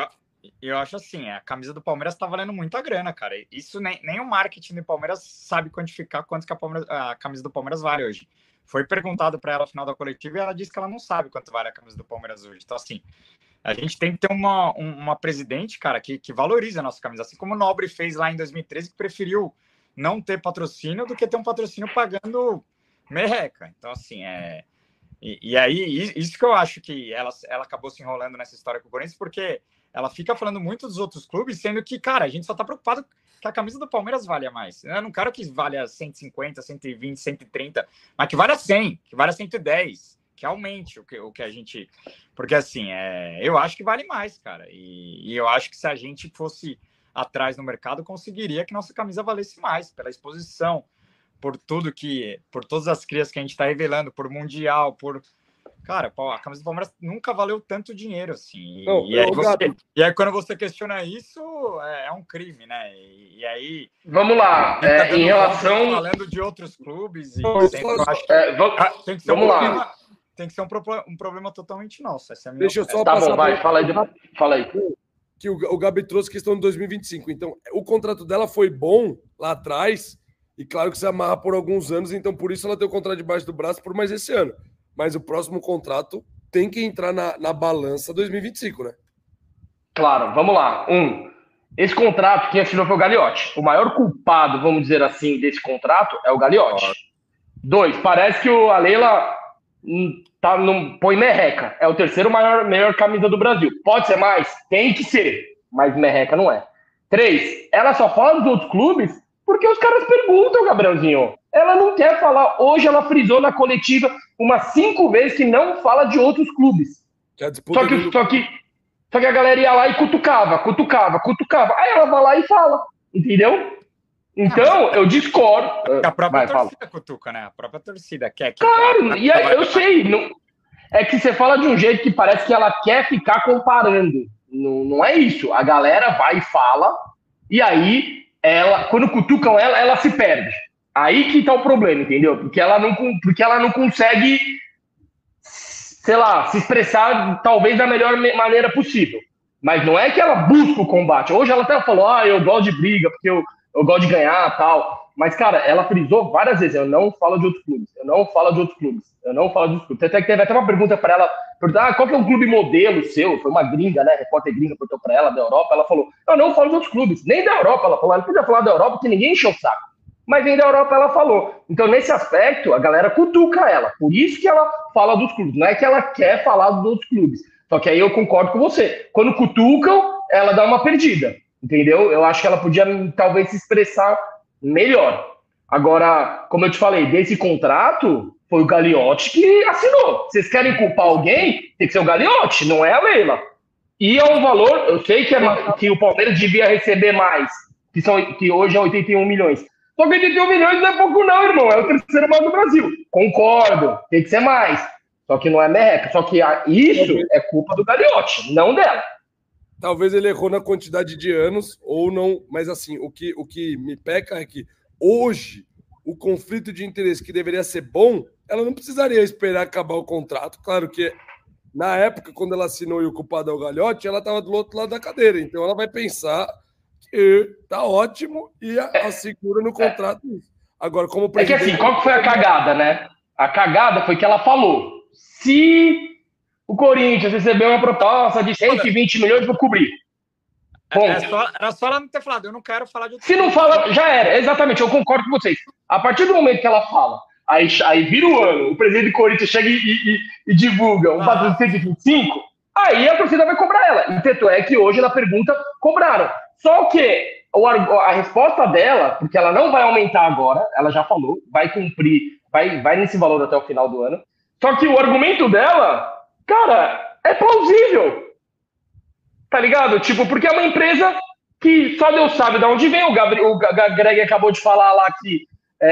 Eu acho assim, a camisa do Palmeiras tá valendo muita grana, cara. Isso nem, nem o marketing do Palmeiras sabe quantificar quanto que a, Palmeiras, a camisa do Palmeiras vale hoje. Foi perguntado para ela no final da coletiva e ela disse que ela não sabe quanto vale a camisa do Palmeiras hoje. Então, assim, a gente tem que ter uma, uma presidente, cara, que, que valoriza a nossa camisa. Assim como o Nobre fez lá em dois mil e treze, que preferiu não ter patrocínio do que ter um patrocínio pagando merreca. Então, assim, é... E, e aí, isso que eu acho que ela, ela acabou se enrolando nessa história com o Corinthians, porque ela fica falando muito dos outros clubes, sendo que, cara, a gente só tá preocupado que a camisa do Palmeiras valha mais. Eu não quero que valha cento e cinquenta, cento e vinte, cento e trinta, mas que valha cem, que valha cento e dez, que aumente o que, o que a gente... Porque, assim, é, eu acho que vale mais, cara. E, e eu acho que se a gente fosse atrás no mercado, conseguiria que nossa camisa valesse mais, pela exposição, por tudo que... Por todas as crias que a gente tá revelando, por Mundial, por... Cara, a camisa do Palmeiras nunca valeu tanto dinheiro, assim. Não, e, aí eu, você, e aí, quando você questiona isso, é, é um crime, né? E, e aí... Vamos lá, é, em relação... Falando de outros clubes, e não, sempre eu acho que... É, vamos, tem que ser, vamos um, lá. problema, tem que ser um, problema, um problema totalmente nosso. Essa é a minha Deixa eu só Tá passar bom, vai, pra... fala aí. Fala aí. Que o, o Gabi trouxe questão de dois mil e vinte e cinco. Então, o contrato dela foi bom lá atrás, e claro que se amarra por alguns anos, então por isso ela tem o contrato debaixo do braço por mais esse ano. Mas o próximo contrato tem que entrar na, na balança dois mil e vinte e cinco, né? Claro, vamos lá. Um, esse contrato, quem assinou foi o Gagliotti. O maior culpado, vamos dizer assim, desse contrato é o Gagliotti. Dois, parece que o, a Leila tá, não põe merreca. É o terceiro maior, melhor camisa do Brasil. Pode ser mais? Tem que ser. Mas merreca não é. Três, ela só fala dos outros clubes porque os caras perguntam, Gabrielzinho. Ela não quer falar. Hoje ela frisou na coletiva umas cinco vezes que não fala de outros clubes. Que só, que, só, que, só que a galera ia lá e cutucava, cutucava, cutucava. Aí ela vai lá e fala. Entendeu? Então, eu discordo. A própria vai, torcida fala. cutuca, né? A própria torcida quer que... Claro, e aí, eu sei. Não, é que você fala de um jeito que parece que ela quer ficar comparando. Não, não é isso. A galera vai e fala, e aí, ela, quando cutucam ela, ela se perde. Aí que tá o problema, entendeu? Porque ela não, porque ela não consegue, sei lá, se expressar talvez da melhor maneira possível. Mas não é que ela busca o combate. Hoje ela até falou, ah, eu gosto de briga, porque eu, eu gosto de ganhar e tal. Mas, cara, ela frisou várias vezes, eu não falo de outros clubes, eu não falo de outros clubes, eu não falo de outros clubes. Até que teve até uma pergunta para ela, perguntar, ah, qual que é um clube modelo seu? Foi uma gringa, né, repórter gringa, perguntou para ela, da Europa, ela falou, eu não falo de outros clubes, nem da Europa, ela falou, ela não podia falar da Europa porque ninguém encheu o saco. Mas nem da Europa ela falou. Então, nesse aspecto, a galera cutuca ela. Por isso que ela fala dos clubes. Não é que ela quer falar dos outros clubes. Só que aí eu concordo com você. Quando cutucam, ela dá uma perdida. Entendeu? Eu acho que ela podia, talvez, se expressar melhor. Agora, como eu te falei, desse contrato, foi o Gagliotti que assinou. Vocês querem culpar alguém, tem que ser o Gagliotti, não é a Leila. E é um valor, eu sei que, é, que o Palmeiras devia receber mais, que, são, que hoje é oitenta e um milhões. Só que oitenta e um milhões não é pouco não, irmão. É o terceiro maior do Brasil. Concordo. Tem que ser mais. Só que não é merreca. Só que isso é culpa do Gagliotti, não dela. Talvez ele errou na quantidade de anos ou não. Mas assim, o que, o que me peca é que hoje o conflito de interesse que deveria ser bom, ela não precisaria esperar acabar o contrato. Claro que na época, quando ela assinou e o culpado é o Gagliotti, ela estava do outro lado da cadeira. Então ela vai pensar... E tá ótimo e assegura no contrato isso. Agora, como presidente... É que assim, qual que foi a cagada, né? A cagada foi que ela falou, se o Corinthians receber uma proposta de cento e vinte milhões, vou cobrir. Bom, era, só, era só ela não ter falado, eu não quero falar de... Se não fala, já era, exatamente, eu concordo com vocês. A partir do momento que ela fala, aí, aí vira o ano, o presidente do Corinthians chega e, e, e divulga um ah. patrocínio de cento e vinte e cinco, aí a torcida vai cobrar ela. E tanto é que hoje na pergunta cobraram. Só que a resposta dela, porque ela não vai aumentar agora, ela já falou, vai cumprir, vai, vai nesse valor até o final do ano. Só que o argumento dela, cara, é plausível. Tá ligado? Tipo, porque é uma empresa que só Deus sabe de onde vem. O, Gabriel, o Greg acabou de falar lá que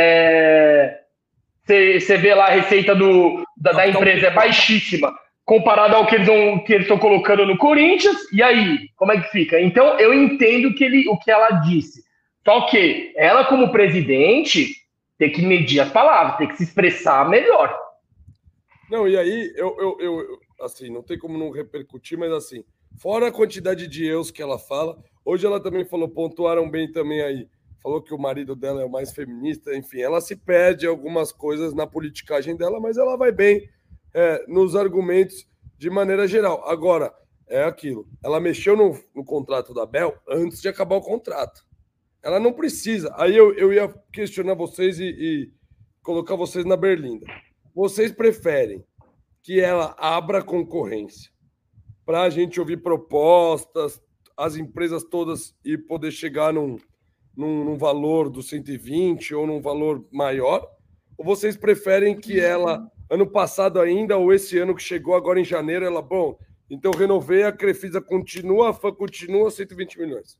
você é, vê lá a receita do, da, da empresa é baixíssima. Comparado ao que eles, vão, que eles estão colocando no Corinthians, e aí, como é que fica? Então, eu entendo que ele, o que ela disse. Só que ela, como presidente, tem que medir as palavras, tem que se expressar melhor. Não, e aí, eu, eu, eu assim, não tem como não repercutir, mas assim, Fora a quantidade de eus que ela fala. Hoje ela também falou, pontuaram bem também aí. Falou que o marido dela é o mais feminista. Enfim, ela se perde algumas coisas na politicagem dela, mas ela vai bem é, nos argumentos de maneira geral. Agora, é aquilo. Ela mexeu no, no contrato da Bel antes de acabar o contrato. Ela não precisa. Aí eu, eu ia questionar vocês e, e colocar vocês na berlinda. Vocês preferem que ela abra concorrência para a gente ouvir propostas, as empresas todas e poder chegar num, num, num valor do cento e vinte ou num valor maior? Ou vocês preferem que ela, ano passado ainda, ou esse ano que chegou agora em janeiro, ela, bom, então renovei, a Crefisa continua, a Fã continua, cento e vinte milhões?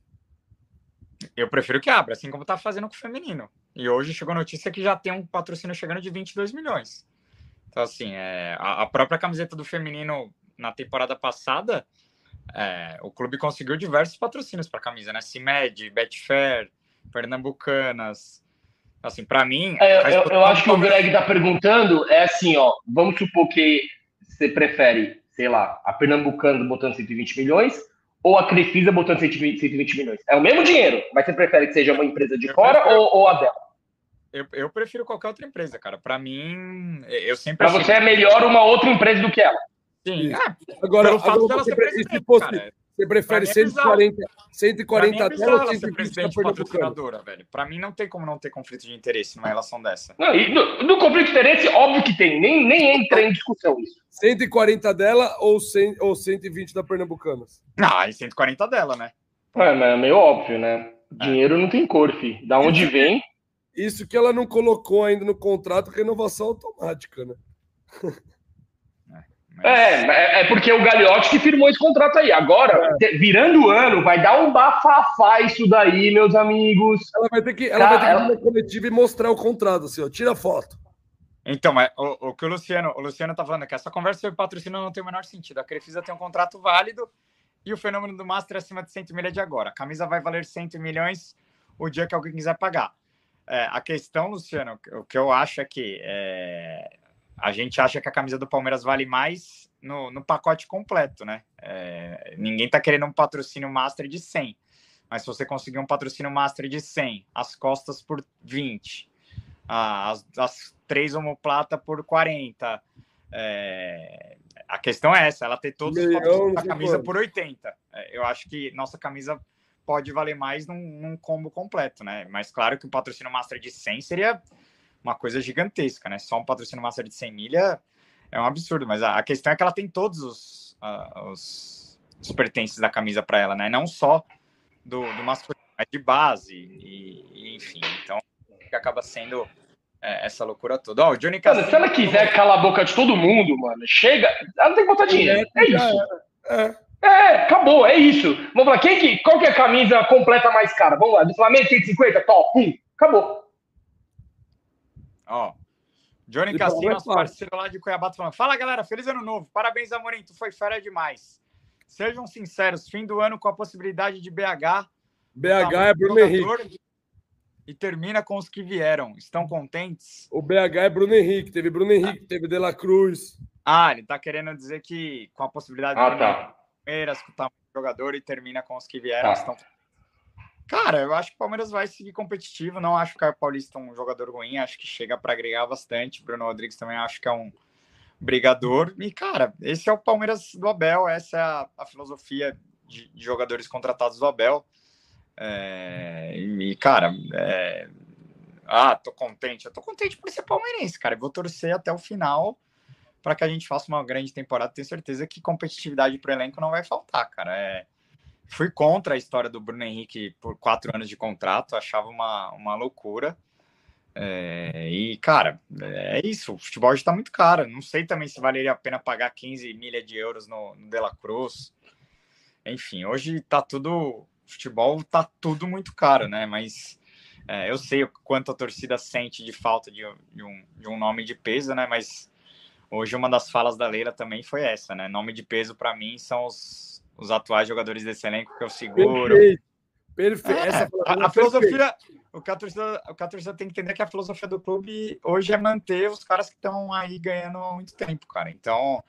Eu prefiro que abra, assim como tá fazendo com o feminino. E hoje chegou a notícia que já tem um patrocínio chegando de vinte e dois milhões. Então, assim, é, a, a própria camiseta do feminino na temporada passada, é, o clube conseguiu diversos patrocínios para a camisa, né? Cimed, Betfair, Pernambucanas. Assim, para mim... É, eu, eu acho que o Greg tá perguntando, é assim, ó, vamos supor que você prefere, sei lá, a Pernambucanas botando cento e vinte milhões ou a Crefisa botando cento e vinte milhões. É o mesmo dinheiro, mas você prefere que seja uma empresa de eu fora prefiro... ou, ou a dela? Eu, eu prefiro qualquer outra empresa, cara. Para mim, eu sempre... Para você é melhor uma outra empresa do que ela? Sim. Ah, agora, pelo fato dela ser presidente, se fosse, cara, você prefere cento e quarenta, cento e quarenta dela ou cento e vinte da patrocinadora, velho? Para mim não tem como não ter conflito de interesse numa relação dessa. Não, e no, no conflito de interesse, óbvio que tem. Nem, nem entra em discussão isso. cento e quarenta dela ou, cem, ou cento e vinte da Pernambucanas? Ah, e cento e quarenta dela, né? É, mas é meio óbvio, né? Dinheiro é. Não tem cor, filho. Da onde isso, vem... Isso que ela não colocou ainda no contrato, renovação automática, né? Mas... É, é porque o Gagliotti que firmou esse contrato aí. Agora, é. virando o ano, vai dar um bafafá isso daí, meus amigos. Ela vai ter que, ela Cara, vai ter que ir ela... na coletiva e mostrar o contrato, assim, ó. Tira a foto. Então, mas o, o que o Luciano, o Luciano tá falando é que essa conversa sobre patrocínio não tem o menor sentido. A Crefisa tem um contrato válido e o fenômeno do Master é acima de cento milhões de agora. A camisa vai valer cem milhões o dia que alguém quiser pagar. É, a questão, Luciano, o que eu acho é que é, a gente acha que a camisa do Palmeiras vale mais no, no pacote completo, né? É, ninguém tá querendo um patrocínio Master de cem, mas se você conseguir um patrocínio Master de cem, as costas por vinte, as, as três omoplata por quarenta, é, a questão é essa, ela ter todos os patrocínios da camisa por oitenta. É, eu acho que nossa camisa pode valer mais num, num combo completo, né? Mas claro que um patrocínio Master de cem seria uma coisa gigantesca, né? Só um patrocínio Master de cem milha é um absurdo, mas a, a questão é que ela tem todos os, uh, os, os pertences da camisa para ela, né? Não só do, do masculino, mas de base, e, e enfim. Então, acaba sendo é, essa loucura toda. Ó, oh, o Johnny Cassino... Se ela quiser calar a boca de todo mundo, mano, chega... Ela não tem que botar dinheiro, é, é isso. É. É, acabou, é isso. Vamos lá, quem que, qual que é a camisa completa mais cara? Vamos lá, do Flamengo, cento e cinquenta? Top, pum, acabou. Ó, Johnny Cassino, nosso parceiro lá de Cuiabá, falando: fala, galera, feliz ano novo, parabéns, Amorim, tu foi fera demais. Sejam sinceros, fim do ano com a possibilidade de B H. B H é Bruno Henrique. E termina com os que vieram. Estão contentes? O B H é Bruno Henrique, teve Bruno Henrique, ah. teve De La Cruz. Ah, ele tá querendo dizer que com a possibilidade ah, de tá. Palmeiras, com o tamanho do jogador, e termina com os que vieram. Tá. Estão... Cara, eu acho que o Palmeiras vai seguir competitivo. Não acho que o Caio Paulista é um jogador ruim. Acho que chega para agregar bastante. Bruno Rodrigues também acho que é um brigador. E, cara, esse é o Palmeiras do Abel. Essa é a, a filosofia de, de jogadores contratados do Abel. É, e, cara, é... ah, tô contente. Eu tô contente por ser palmeirense, cara. Eu vou torcer até o final para que a gente faça uma grande temporada. Tenho certeza que competitividade pro elenco não vai faltar, cara. É... Fui contra a história do Bruno Henrique por quatro anos de contrato, achava uma, uma loucura. É... E, cara, é isso. O futebol já tá muito caro. Não sei também se valeria a pena pagar quinze milhas de euros no, no De La Cruz. Enfim, hoje tá tudo... futebol tá tudo muito caro, né? Mas é, eu sei o quanto a torcida sente de falta de, de, um, de um nome de peso, né? Mas hoje uma das falas da Leila também foi essa, né? Nome de peso para mim são os, os atuais jogadores desse elenco que eu seguro. Perfeito. Perfeito. É, essa a, a filosofia, o que a, torcida, o que a torcida tem que entender é que a filosofia do clube hoje é manter os caras que estão aí ganhando há muito tempo, cara. Então,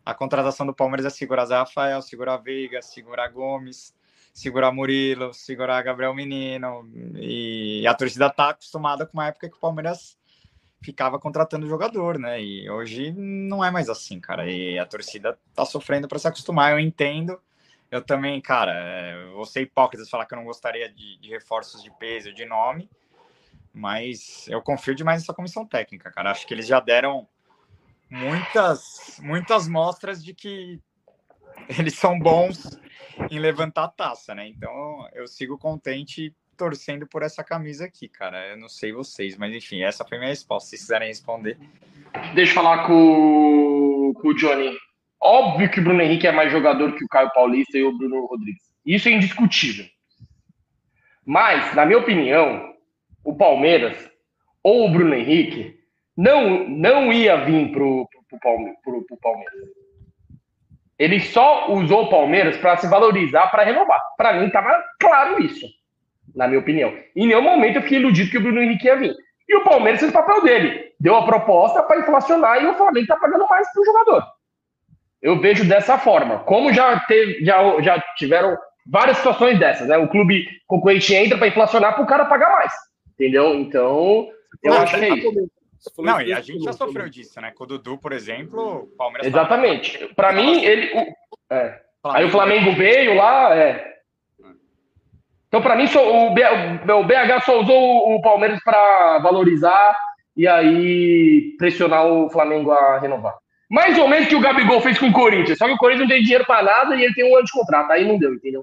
a contratação do Palmeiras é segurar Zé Rafael, segurar Veiga, segurar Gomes, segurar Murilo, segurar Gabriel Menino, e a torcida tá acostumada com uma época que o Palmeiras ficava contratando jogador, né? E hoje não é mais assim, cara. E a torcida tá sofrendo para se acostumar. Eu entendo. Eu também, cara, vou ser hipócrita de falar que eu não gostaria de, de reforços de peso, de nome, mas eu confio demais nessa comissão técnica, cara. Acho que eles já deram muitas, muitas mostras de que eles são bons em levantar a taça, né? Então eu sigo contente torcendo por essa camisa aqui, cara. Eu não sei vocês, mas enfim, essa foi minha resposta. Se quiserem responder. Deixa eu falar com, com o Johnny. Óbvio que o Bruno Henrique é mais jogador que o Caio Paulista e o Bruno Rodrigues. Isso é indiscutível. Mas, na minha opinião, o Palmeiras ou o Bruno Henrique não, não ia vir pro, pro, pro, pro, pro Palmeiras. Ele só usou o Palmeiras para se valorizar, para renovar. Para mim, estava claro isso. Na minha opinião. Em nenhum momento eu fiquei iludido que o Bruno Henrique ia vir. E o Palmeiras fez o papel dele. Deu a proposta para inflacionar e o Flamengo está pagando mais para o jogador. Eu vejo dessa forma. Como já, teve, já, já tiveram várias situações dessas, né? O clube concorrente entra para inflacionar para o cara pagar mais. Entendeu? Então, eu Não, acho que é isso. Não, e a gente já sofreu disso, né? Com o Dudu, por exemplo, o Palmeiras... Exatamente. Para mim, ele... O, é. Flamengo. Aí o Flamengo veio lá... É. Então, para mim, só, o, B, o B H só usou o Palmeiras para valorizar e aí pressionar o Flamengo a renovar. Mais ou menos que o Gabigol fez com o Corinthians. Só que o Corinthians não tem dinheiro para nada e ele tem um ano de contrato. Aí não deu, entendeu?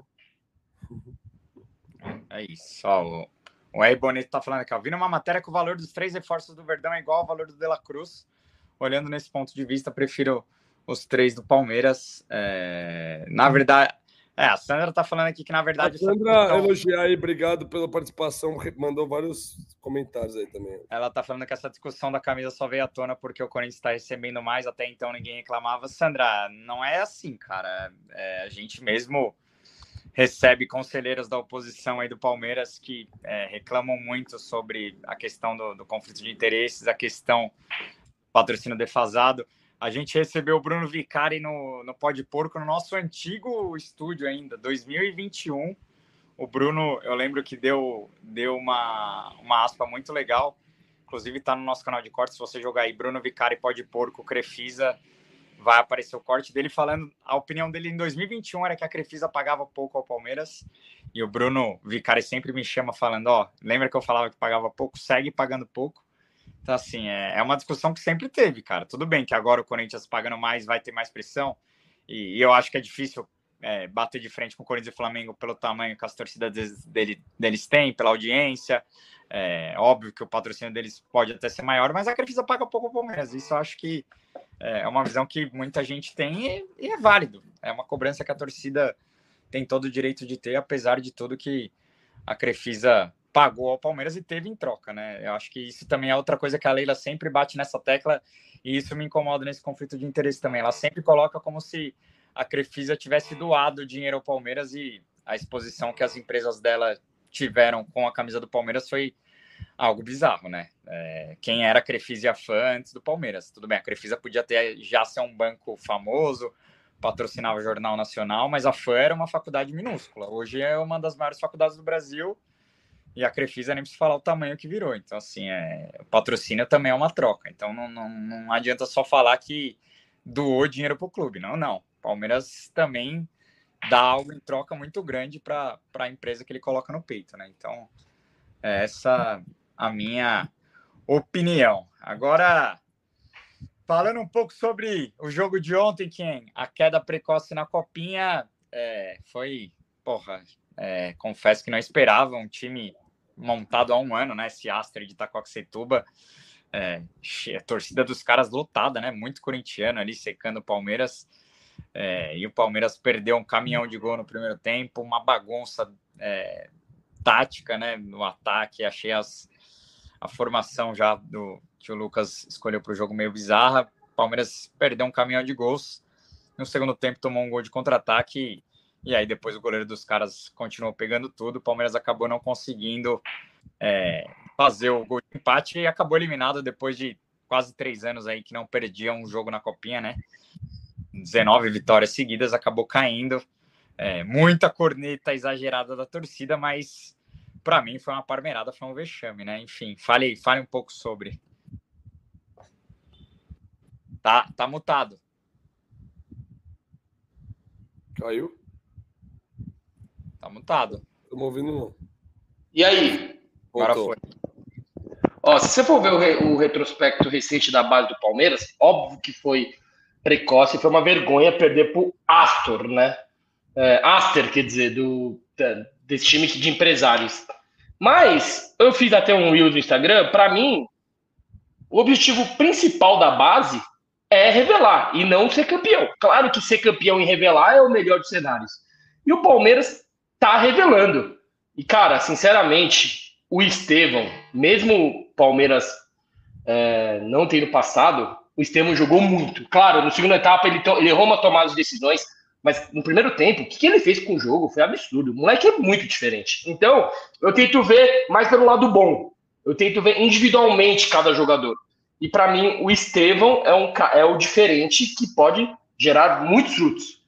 É isso. Ó, o, o Ei Bonito tá falando aqui, ó. Vi numa matéria que o valor dos três reforços do Verdão é igual ao valor do De La Cruz. Olhando nesse ponto de vista, prefiro os três do Palmeiras. É, na verdade... É, a Sandra tá falando aqui que, na verdade... A Sandra questão... elogiar aí, obrigado pela participação, mandou vários comentários aí também. Ela tá falando que essa discussão da camisa só veio à tona porque o Corinthians tá recebendo mais, até então ninguém reclamava. Sandra, não é assim, cara. É, a gente mesmo recebe conselheiros da oposição aí do Palmeiras que é, reclamam muito sobre a questão do, do conflito de interesses, a questão do patrocínio defasado. A gente recebeu o Bruno Vicari no, no Pó de Porco, no nosso antigo estúdio ainda, dois mil e vinte e um. O Bruno, eu lembro que deu, deu uma, uma aspa muito legal. Inclusive está no nosso canal de cortes. Se você jogar aí Bruno Vicari Pó de Porco, Crefisa, vai aparecer o corte dele falando... A opinião dele em dois mil e vinte e um era que a Crefisa pagava pouco ao Palmeiras. E o Bruno Vicari sempre me chama falando, ó, lembra que eu falava que pagava pouco? Segue pagando pouco. Então, assim, é, é uma discussão que sempre teve, cara. Tudo bem que agora o Corinthians pagando mais vai ter mais pressão, e, e eu acho que é difícil é, bater de frente com o Corinthians e o Flamengo pelo tamanho que as torcidas deles, dele, deles têm, pela audiência. É óbvio que o patrocínio deles pode até ser maior, mas a Crefisa paga pouco ao Palmeiras. Isso eu acho que é uma visão que muita gente tem e, e é válido. É uma cobrança que a torcida tem todo o direito de ter, apesar de tudo que a Crefisa pagou ao Palmeiras e teve em troca, né? Eu acho que isso também é outra coisa que a Leila sempre bate nessa tecla e isso me incomoda nesse conflito de interesse também. Ela sempre coloca como se a Crefisa tivesse doado dinheiro ao Palmeiras e a exposição que as empresas dela tiveram com a camisa do Palmeiras foi algo bizarro, né? É, quem era a Crefisa e a Fã antes do Palmeiras? Tudo bem, a Crefisa podia ter já ser um banco famoso, patrocinava o Jornal Nacional, mas a Fã era uma faculdade minúscula. Hoje é uma das maiores faculdades do Brasil. E a Crefisa nem precisa falar o tamanho que virou. Então, assim, é... o patrocínio também é uma troca. Então, não, não, não adianta só falar que doou dinheiro para o clube. Não, não. O Palmeiras também dá algo em troca muito grande para a empresa que ele coloca no peito, né? Então, é essa a minha opinião. Agora, falando um pouco sobre o jogo de ontem, quem a queda precoce na Copinha é, foi, porra, é, confesso que não esperava um time montado há um ano, né? Esse Astra de Itacoaxetuba, é, a torcida dos caras lotada, né? Muito corintiano ali secando o Palmeiras. É, e o Palmeiras perdeu um caminhão de gol no primeiro tempo, uma bagunça é, tática, né? No ataque, achei as, a formação já do que o Lucas escolheu para o jogo meio bizarra. O Palmeiras perdeu um caminhão de gols. No segundo tempo tomou um gol de contra-ataque. E aí depois o goleiro dos caras continuou pegando tudo. O Palmeiras acabou não conseguindo é, fazer o gol de empate e acabou eliminado depois de quase três anos aí que não perdia um jogo na Copinha, né? dezenove vitórias seguidas, acabou caindo. É, muita corneta exagerada da torcida, mas para mim foi uma parmeirada, foi um vexame, né? Enfim, fale, fale um pouco sobre. Tá, tá mutado. Caiu? Tá mutado. Estamos ouvindo não. E aí? Agora foi. Ó, se você for ver o, re, o retrospecto recente da base do Palmeiras, óbvio que foi precoce, foi uma vergonha perder pro Astor, né? É, Aster, quer dizer, do, desse time de empresários. Mas eu fiz até um reel no Instagram, para mim, o objetivo principal da base é revelar e não ser campeão. Claro que ser campeão e revelar é o melhor dos cenários. E o Palmeiras tá revelando. E, cara, sinceramente, o Estevão, mesmo o Palmeiras é, não tendo passado, o Estevão jogou muito. Claro, no segundo etapa ele, to- ele errou uma tomada de decisões, mas no primeiro tempo, o que, que ele fez com o jogo foi absurdo. O moleque é muito diferente. Então, eu tento ver mais pelo lado bom. Eu tento ver individualmente cada jogador. E para mim, o Estevão é, um, é o diferente que pode gerar muitos frutos.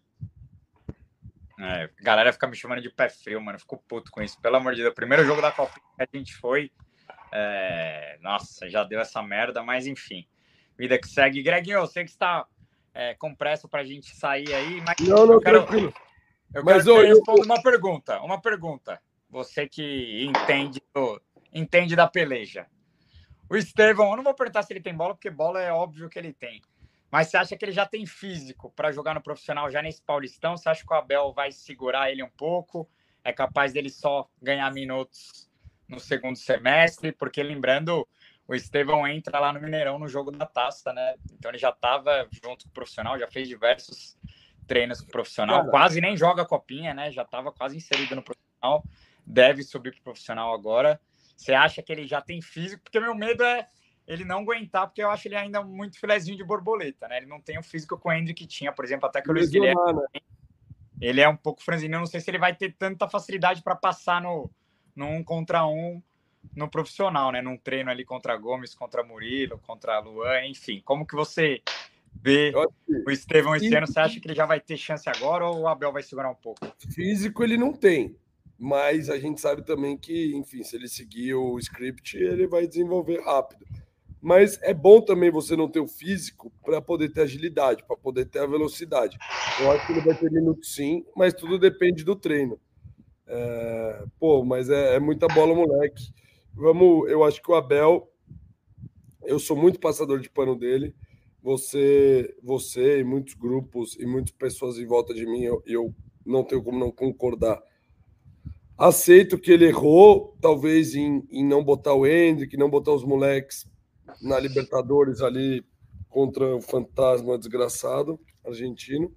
É, a galera fica me chamando de pé frio, mano. Eu fico puto com isso. Pelo amor de Deus. O primeiro jogo da Copa que a gente foi. É... Nossa, já deu essa merda, mas enfim. Vida que segue. Greginho, eu sei que está é, com pressa pra gente sair aí, mas. Não, não, eu quero, tranquilo. eu Mas, quero ô, que você eu- responda uma pergunta. Uma pergunta. Você que entende, do- entende da peleja. O Estevão, eu não vou perguntar se ele tem bola, porque bola é óbvio que ele tem. Mas você acha que ele já tem físico para jogar no profissional já nesse Paulistão? Você acha que o Abel vai segurar ele um pouco? É capaz dele só ganhar minutos no segundo semestre? Porque, lembrando, o Estevão entra lá no Mineirão no jogo da taça, né? Então ele já estava junto com o profissional, já fez diversos treinos com o profissional. Cara, quase nem joga a copinha, né? Já estava quase inserido no profissional. Deve subir para o profissional agora. Você acha que ele já tem físico? Porque meu medo é ele não aguentar, porque eu acho ele ainda muito filezinho de borboleta, né? Ele não tem o físico que o Hendrick tinha, por exemplo, até que o Luiz Guilherme. lesionar, né? Ele é um pouco franzino. Eu não sei se ele vai ter tanta facilidade para passar no, no um contra um no profissional, né? Num treino ali contra Gomes, contra Murilo, contra Luan, enfim. Como que você vê Eu acho que o Estevão esse E- ano? Você acha que ele já vai ter chance agora ou o Abel vai segurar um pouco? físico ele não tem, mas a gente sabe também que, enfim, se ele seguir o script, ele vai desenvolver rápido. Mas é bom também você não ter o físico para poder ter agilidade, para poder ter a velocidade. Eu acho que ele vai ter minuto sim, mas tudo depende do treino. É, pô, mas é, é muita bola, moleque. Vamos, eu acho que o Abel, eu sou muito passador de pano dele. Você, você e muitos grupos e muitas pessoas em volta de mim, eu, eu não tenho como não concordar. Aceito que ele errou, talvez em, em não botar o Hendrick, não botar os moleques na Libertadores ali contra o fantasma desgraçado argentino.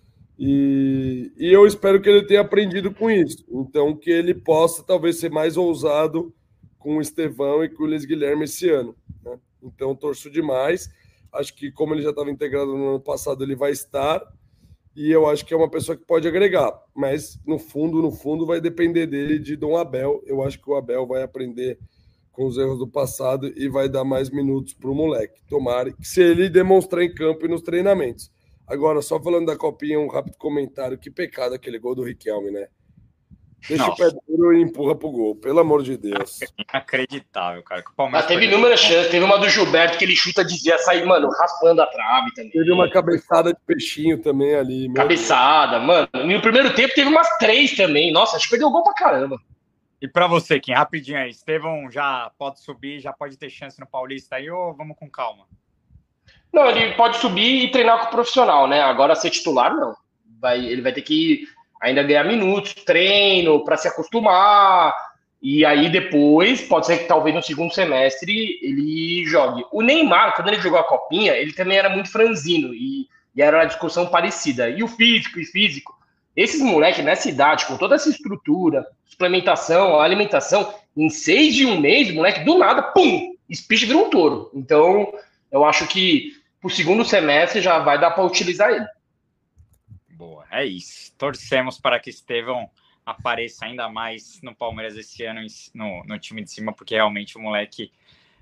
E, e eu espero que ele tenha aprendido com isso. Então, que ele possa talvez ser mais ousado com o Estevão e com o Luiz Guilherme esse ano, né? Então, torço demais. Acho que, como ele já estava integrado no ano passado, ele vai estar. E eu acho que é uma pessoa que pode agregar. Mas, no fundo, no fundo, vai depender dele, de Dom Abel. Eu acho que o Abel vai aprender com os erros do passado e vai dar mais minutos para o moleque. Tomara que se ele demonstrar em campo e nos treinamentos. Agora, só falando da Copinha, um rápido comentário. Que pecado aquele gol do Riquelme, né? Deixa Nossa. o pé duro e empurra pro gol. Pelo amor de Deus. Inacreditável, cara. Que o Mas Palmeiras teve perdeu. inúmeras chances. Teve uma do Gilberto que ele chuta, desvia, sair, mano, raspando a trave também. Teve uma cabeçada de peixinho também ali. meu Cabeçada, mano. No primeiro tempo teve umas três também. Nossa, acho que perdeu o gol pra caramba. E para você, Kim, rapidinho aí. Estevão já pode subir, já pode ter chance no Paulista aí ou vamos com calma? Não, ele pode subir e treinar com o profissional, né? Agora ser titular, não. Vai, ele vai ter que ainda ganhar minutos, treino, para se acostumar. E aí depois, pode ser que talvez no segundo semestre ele jogue. O Neymar, quando ele jogou a Copinha, ele também era muito franzino e, e era uma discussão parecida. E o físico e físico. Esses moleques nessa idade, com toda essa estrutura, suplementação, alimentação, em seis de um mês, o moleque do nada, pum, espicha e vira um touro. Então, eu acho que pro segundo semestre já vai dar para utilizar ele. Boa, é isso. Torcemos para que Estevão apareça ainda mais no Palmeiras esse ano, no, no time de cima, porque realmente o moleque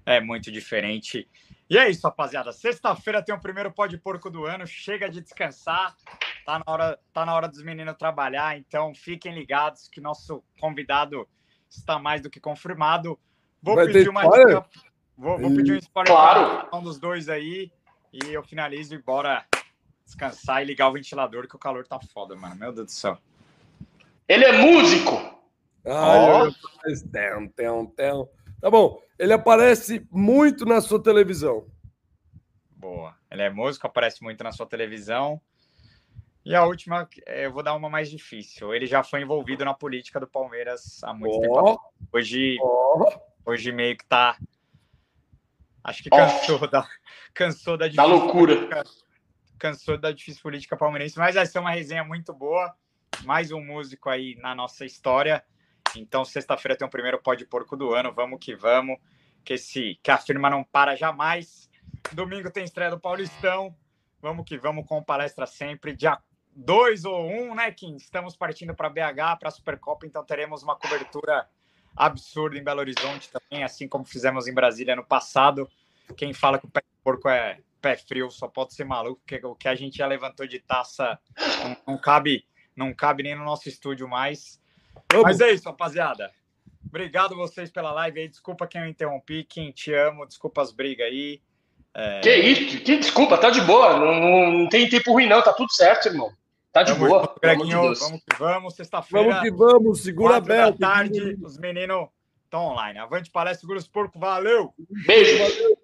é muito diferente. E é isso, rapaziada. Sexta-feira tem o primeiro Pó de Porco do ano. Chega de descansar. Tá na hora, tá na hora dos meninos trabalhar. Então, fiquem ligados que nosso convidado está mais do que confirmado. Vou Vai pedir uma dica, vou, vou pedir um spoiler claro. para um dos dois aí. E eu finalizo e bora descansar e ligar o ventilador, que o calor tá foda, mano. Meu Deus do céu. Ele é músico. Ai, oh. tem, tem, tem. Tá bom. Ele aparece muito na sua televisão. Boa. Ele é músico, aparece muito na sua televisão. E a última, eu vou dar uma mais difícil. Ele já foi envolvido na política do Palmeiras há muito oh. tempo. Hoje, oh. hoje meio que tá... Acho que cansou oh. da, cansou da, da loucura. Política, cansou da difícil política palmeirense. Mas vai ser uma resenha muito boa. Mais um músico aí na nossa história. Então, sexta-feira tem o primeiro Pó de Porco do ano. Vamos que vamos. Que, esse, que a firma não para jamais. Domingo tem estreia do Paulistão. Vamos que vamos com palestra sempre. Dia dois ou um, né, Kim? Estamos partindo para B H, para a Supercopa. Então, teremos uma cobertura absurda em Belo Horizonte também, assim como fizemos em Brasília no passado. Quem fala que o pé de porco é pé frio só pode ser maluco, porque o que a gente já levantou de taça não, não cabe, não cabe nem no nosso estúdio mais. Vamos. Mas é isso, rapaziada. Obrigado vocês pela live aí. Desculpa quem eu interrompi, quem te amo, desculpa as brigas aí. É... Que isso, que desculpa, tá de boa. Não, não, não tem tempo ruim, não, tá tudo certo, irmão. Tá de vamos, boa. Greginho, vamos que vamos, sexta-feira. Vamos que vamos, segura a bela. tarde, os meninos estão online. Avante palestra, segura os porcos, valeu! Beijo! Valeu.